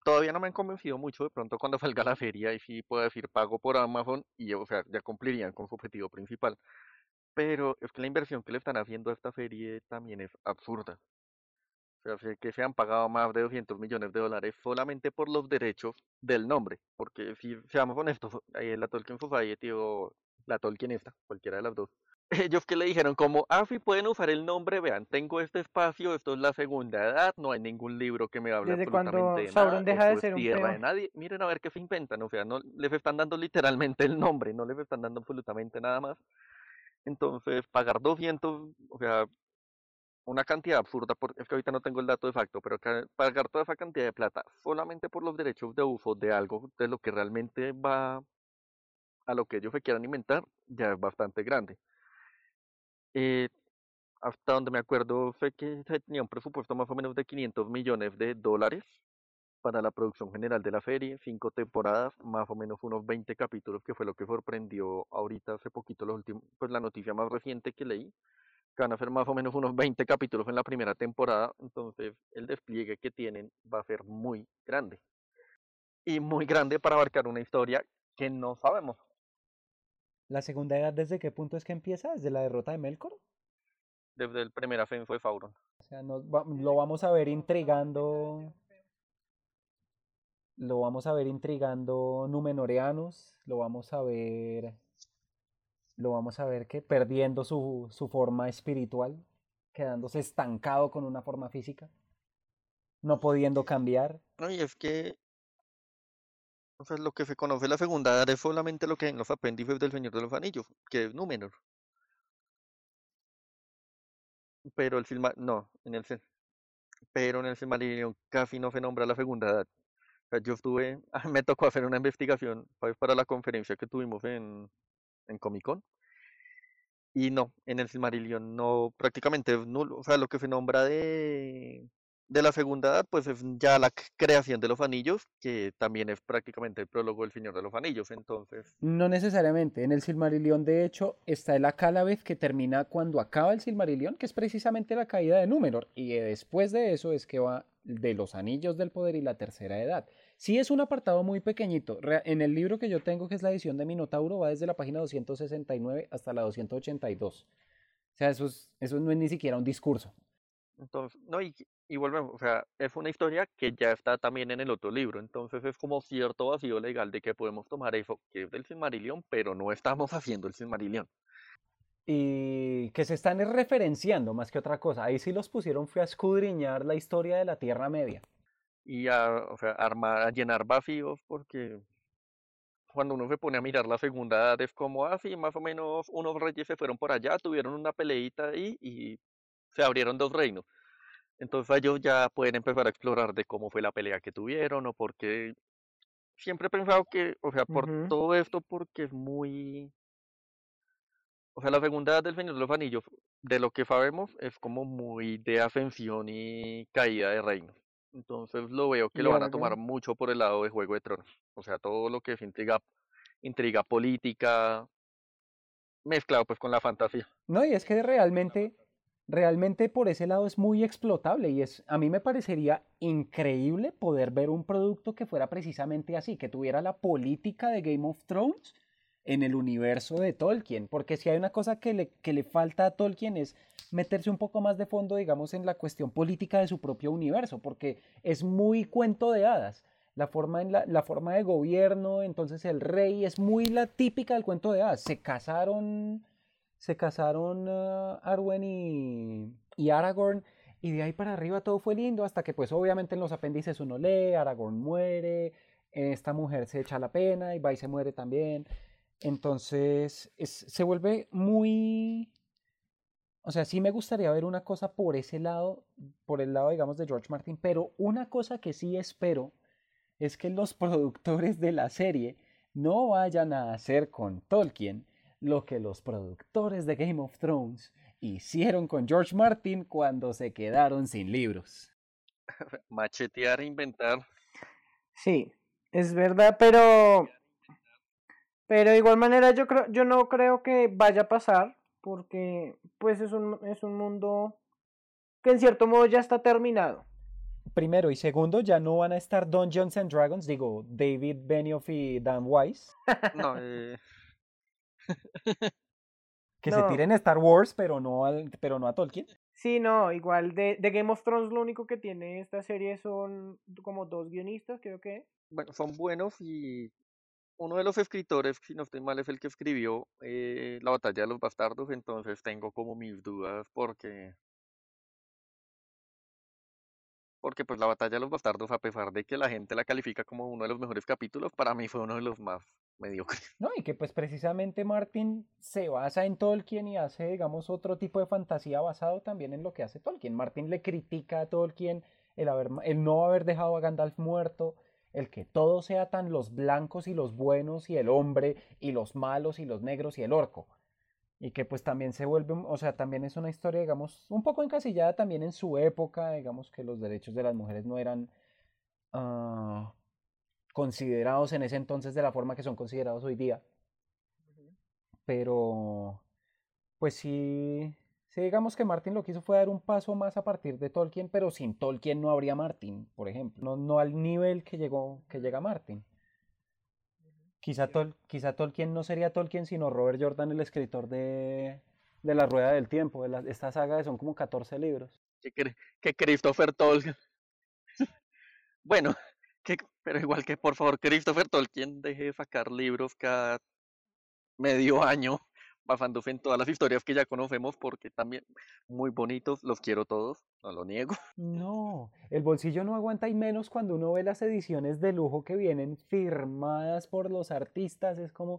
todavía no me han convencido mucho. De pronto cuando salga la feria y sí puedo decir pago por Amazon y o sea, ya cumplirían con su objetivo principal. Pero es que la inversión que le están haciendo a esta serie también es absurda. O sea, sé que se han pagado más de 200 millones de dólares solamente por los derechos del nombre. Porque si seamos honestos, la Tolkien Society o la Tolkien esta, cualquiera de las dos, ellos que le dijeron como, sí pueden usar el nombre, vean, tengo este espacio, esto es la segunda edad, no hay ningún libro que me hable Desde absolutamente cuando de nada, Sauron deja de esto es ser un tierra de peón. nadie, miren a ver qué se inventan, o sea, no les están dando literalmente el nombre, no les están dando absolutamente nada más. Entonces, pagar 200, o sea, una cantidad absurda, porque es que ahorita no tengo el dato de facto, pero pagar toda esa cantidad de plata solamente por los derechos de uso de algo de lo que realmente va a lo que ellos se quieran inventar, ya es bastante grande. Eh, Hasta donde me acuerdo fue que se tenía un presupuesto más o menos de 500 millones de dólares para la producción general de la serie, 5 temporadas, más o menos unos 20 capítulos, que fue lo que sorprendió ahorita hace poquito, los últimos, pues la noticia más reciente que leí, que van a ser más o menos unos 20 capítulos en la primera temporada, entonces el despliegue que tienen va a ser muy grande. Y muy grande para abarcar una historia que no sabemos. ¿La segunda edad desde qué punto es que empieza? ¿Desde la derrota de Melkor? Desde el primer ascenso de Sauron. O sea, lo vamos a ver intrigando. Lo vamos a ver intrigando Númenoreanos. Lo vamos a ver que perdiendo su forma espiritual, quedándose estancado con una forma física, no pudiendo cambiar. No, y es que, o sea, lo que se conoce la segunda edad es solamente lo que hay en los apéndices del Señor de los Anillos, que es Númenor. Pero no, pero en el Silmarillion casi no se nombra la segunda edad. O sea, yo estuve, me tocó hacer una investigación para la conferencia que tuvimos en Comic Con. Y no, en el Silmarillion no, prácticamente es nulo. O sea, lo que se nombra de la segunda edad, pues es ya la creación de los anillos, que también es prácticamente el prólogo del Señor de los Anillos. Entonces, No necesariamente. En el Silmarillion, de hecho, está el Akálabeth que termina cuando acaba el Silmarillion, que es precisamente la caída de Númenor. Y después de eso es que va de los Anillos del Poder y la Tercera Edad. Sí es un apartado muy pequeñito. En el libro que yo tengo, que es la edición de Minotauro, va desde la página 269 hasta la 282. O sea, eso no es ni siquiera un discurso. no, y volvemos, o sea, es una historia que ya está también en el otro libro, entonces es como cierto vacío legal de que podemos tomar eso, que es del Silmarillion, pero no estamos haciendo el Silmarillion. Y que se están referenciando más que otra cosa. Ahí sí los pusieron fue a escudriñar la historia de la Tierra Media. Y o sea, a llenar vacíos, porque cuando uno se pone a mirar la segunda edad es como, sí, más o menos unos reyes se fueron por allá, tuvieron una peleita ahí y se abrieron dos reinos. Entonces ellos ya pueden empezar a explorar de cómo fue la pelea que tuvieron o por qué. Siempre he pensado que, o sea, por Ujú. todo esto, porque es muy... O sea, la segunda edad del Señor de los Anillos, de lo que sabemos, es como muy de ascensión y caída de reinos. Entonces lo veo que Y lo van a tomar Aragorn. mucho por el lado de Juego de Tronos. O sea, todo lo que es intriga política, mezclado pues con la fantasía. No, y es que realmente por ese lado es muy explotable y a mí me parecería increíble poder ver un producto que fuera precisamente así, que tuviera la política de Game of Thrones en el universo de Tolkien, porque si hay una cosa que le falta a Tolkien es meterse un poco más de fondo, digamos, en la cuestión política de su propio universo, porque es muy cuento de hadas. La forma de gobierno, entonces el rey es muy la típica del cuento de hadas. Se casaron Arwen y Aragorn, y de ahí para arriba todo fue lindo, hasta que pues obviamente en los apéndices uno lee, Aragorn muere, esta mujer se echa la pena, y va y se muere también. Entonces se vuelve muy... O sea, sí me gustaría ver una cosa por ese lado, por el lado, digamos, de George Martin, pero una cosa que sí espero es que los productores de la serie no vayan a hacer con Tolkien lo que los productores de Game of Thrones hicieron con George Martin cuando se quedaron sin libros. Machetear, inventar. Sí, es verdad, pero de igual manera yo no creo que vaya a pasar, porque pues es un mundo que en cierto modo ya está terminado. primero y segundo, ya no van a estar Dungeons and Dragons, digo, David Benioff y Dan Wise, No, que se No, tiren a Star Wars, pero no a Tolkien. sí, no, igual de Game of Thrones lo único que tiene esta serie son como 2 guionistas, creo que. bueno, son buenos y uno de los escritores, si no estoy mal, es el que escribió La batalla de los bastardos, entonces tengo como mis dudas porque pues La batalla de los bastardos, a pesar de que la gente la califica como uno de los mejores capítulos, para mí fue uno de los más mediocres. No, y que pues precisamente Martin se basa en Tolkien y hace, digamos, otro tipo de fantasía basado también en lo que hace Tolkien. Martin le critica a Tolkien el no haber dejado a Gandalf muerto, el que todo sea tan los blancos y los buenos y el hombre y los malos y los negros y el orco. Y que pues también se vuelve, o sea, también es una historia, digamos, un poco encasillada también en su época, digamos que los derechos de las mujeres no eran ah, considerados en ese entonces de la forma que son considerados hoy día. Pero, pues sí, digamos que Martin lo que hizo fue dar un paso más a partir de Tolkien, pero sin Tolkien no habría Martin, por ejemplo. No al nivel que llega Martin. Quizá Tolkien no sería Tolkien, sino Robert Jordan, el escritor de La Rueda del Tiempo, esta saga que son como 14 libros. Que Christopher Tolkien, bueno, pero igual que por favor Christopher Tolkien deje de sacar libros cada medio año basándose en todas las historias que ya conocemos, porque también muy bonitos, los quiero todos, no lo niego. No, el bolsillo no aguanta y menos cuando uno ve las ediciones de lujo que vienen firmadas por los artistas, es como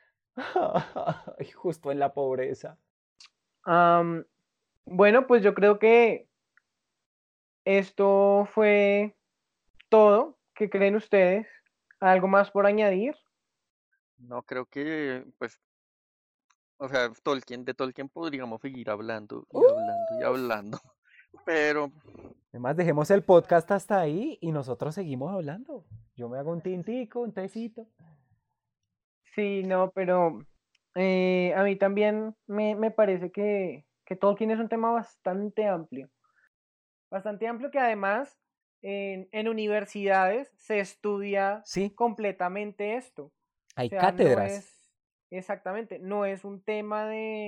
justo en la pobreza. Bueno, pues yo creo que esto fue todo. ¿Qué creen ustedes? ¿Algo más por añadir? No creo que, pues, o sea, de Tolkien podríamos seguir hablando y hablando y hablando, pero Además, dejemos el podcast hasta ahí y nosotros seguimos hablando. Yo me hago un tintico, un tecito. Sí, no, pero a mí también me parece que Tolkien es un tema bastante amplio que además en universidades se estudia Sí, completamente esto. O hay sea, cátedras. exactamente, no es un tema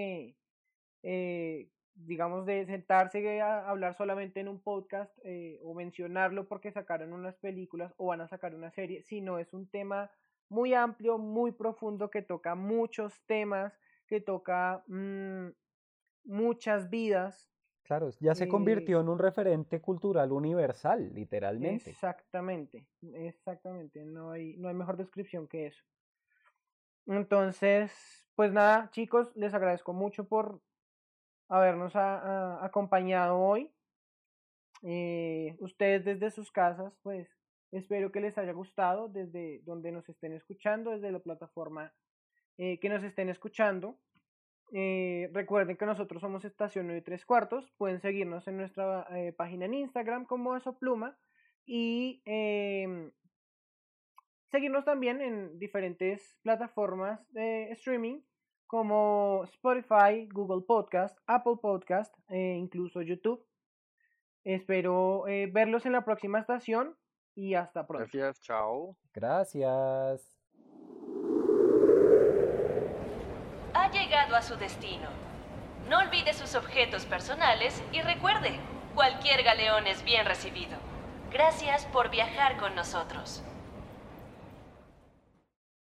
digamos, de sentarse a hablar solamente en un podcast o mencionarlo porque sacaron unas películas o van a sacar una serie, sino es un tema muy amplio, muy profundo, que toca muchos temas, que toca muchas vidas. Claro, ya se eh, convirtió en un referente cultural universal, literalmente. exactamente, no hay mejor descripción que eso. Entonces, pues nada, chicos, les agradezco mucho por habernos acompañado hoy. Ustedes desde sus casas, pues espero que les haya gustado desde donde nos estén escuchando, desde la plataforma que nos estén escuchando. Recuerden que nosotros somos Estación 9 y 3 cuartos. Pueden seguirnos en nuestra página en Instagram como Asopluma y seguirnos también en diferentes plataformas de streaming como Spotify, Google Podcast, Apple Podcast e incluso YouTube. Espero verlos en la próxima estación y hasta pronto. gracias, chao. Gracias. Ha llegado a su destino. No olvide sus objetos personales y recuerde, cualquier galeón es bien recibido. Gracias por viajar con nosotros.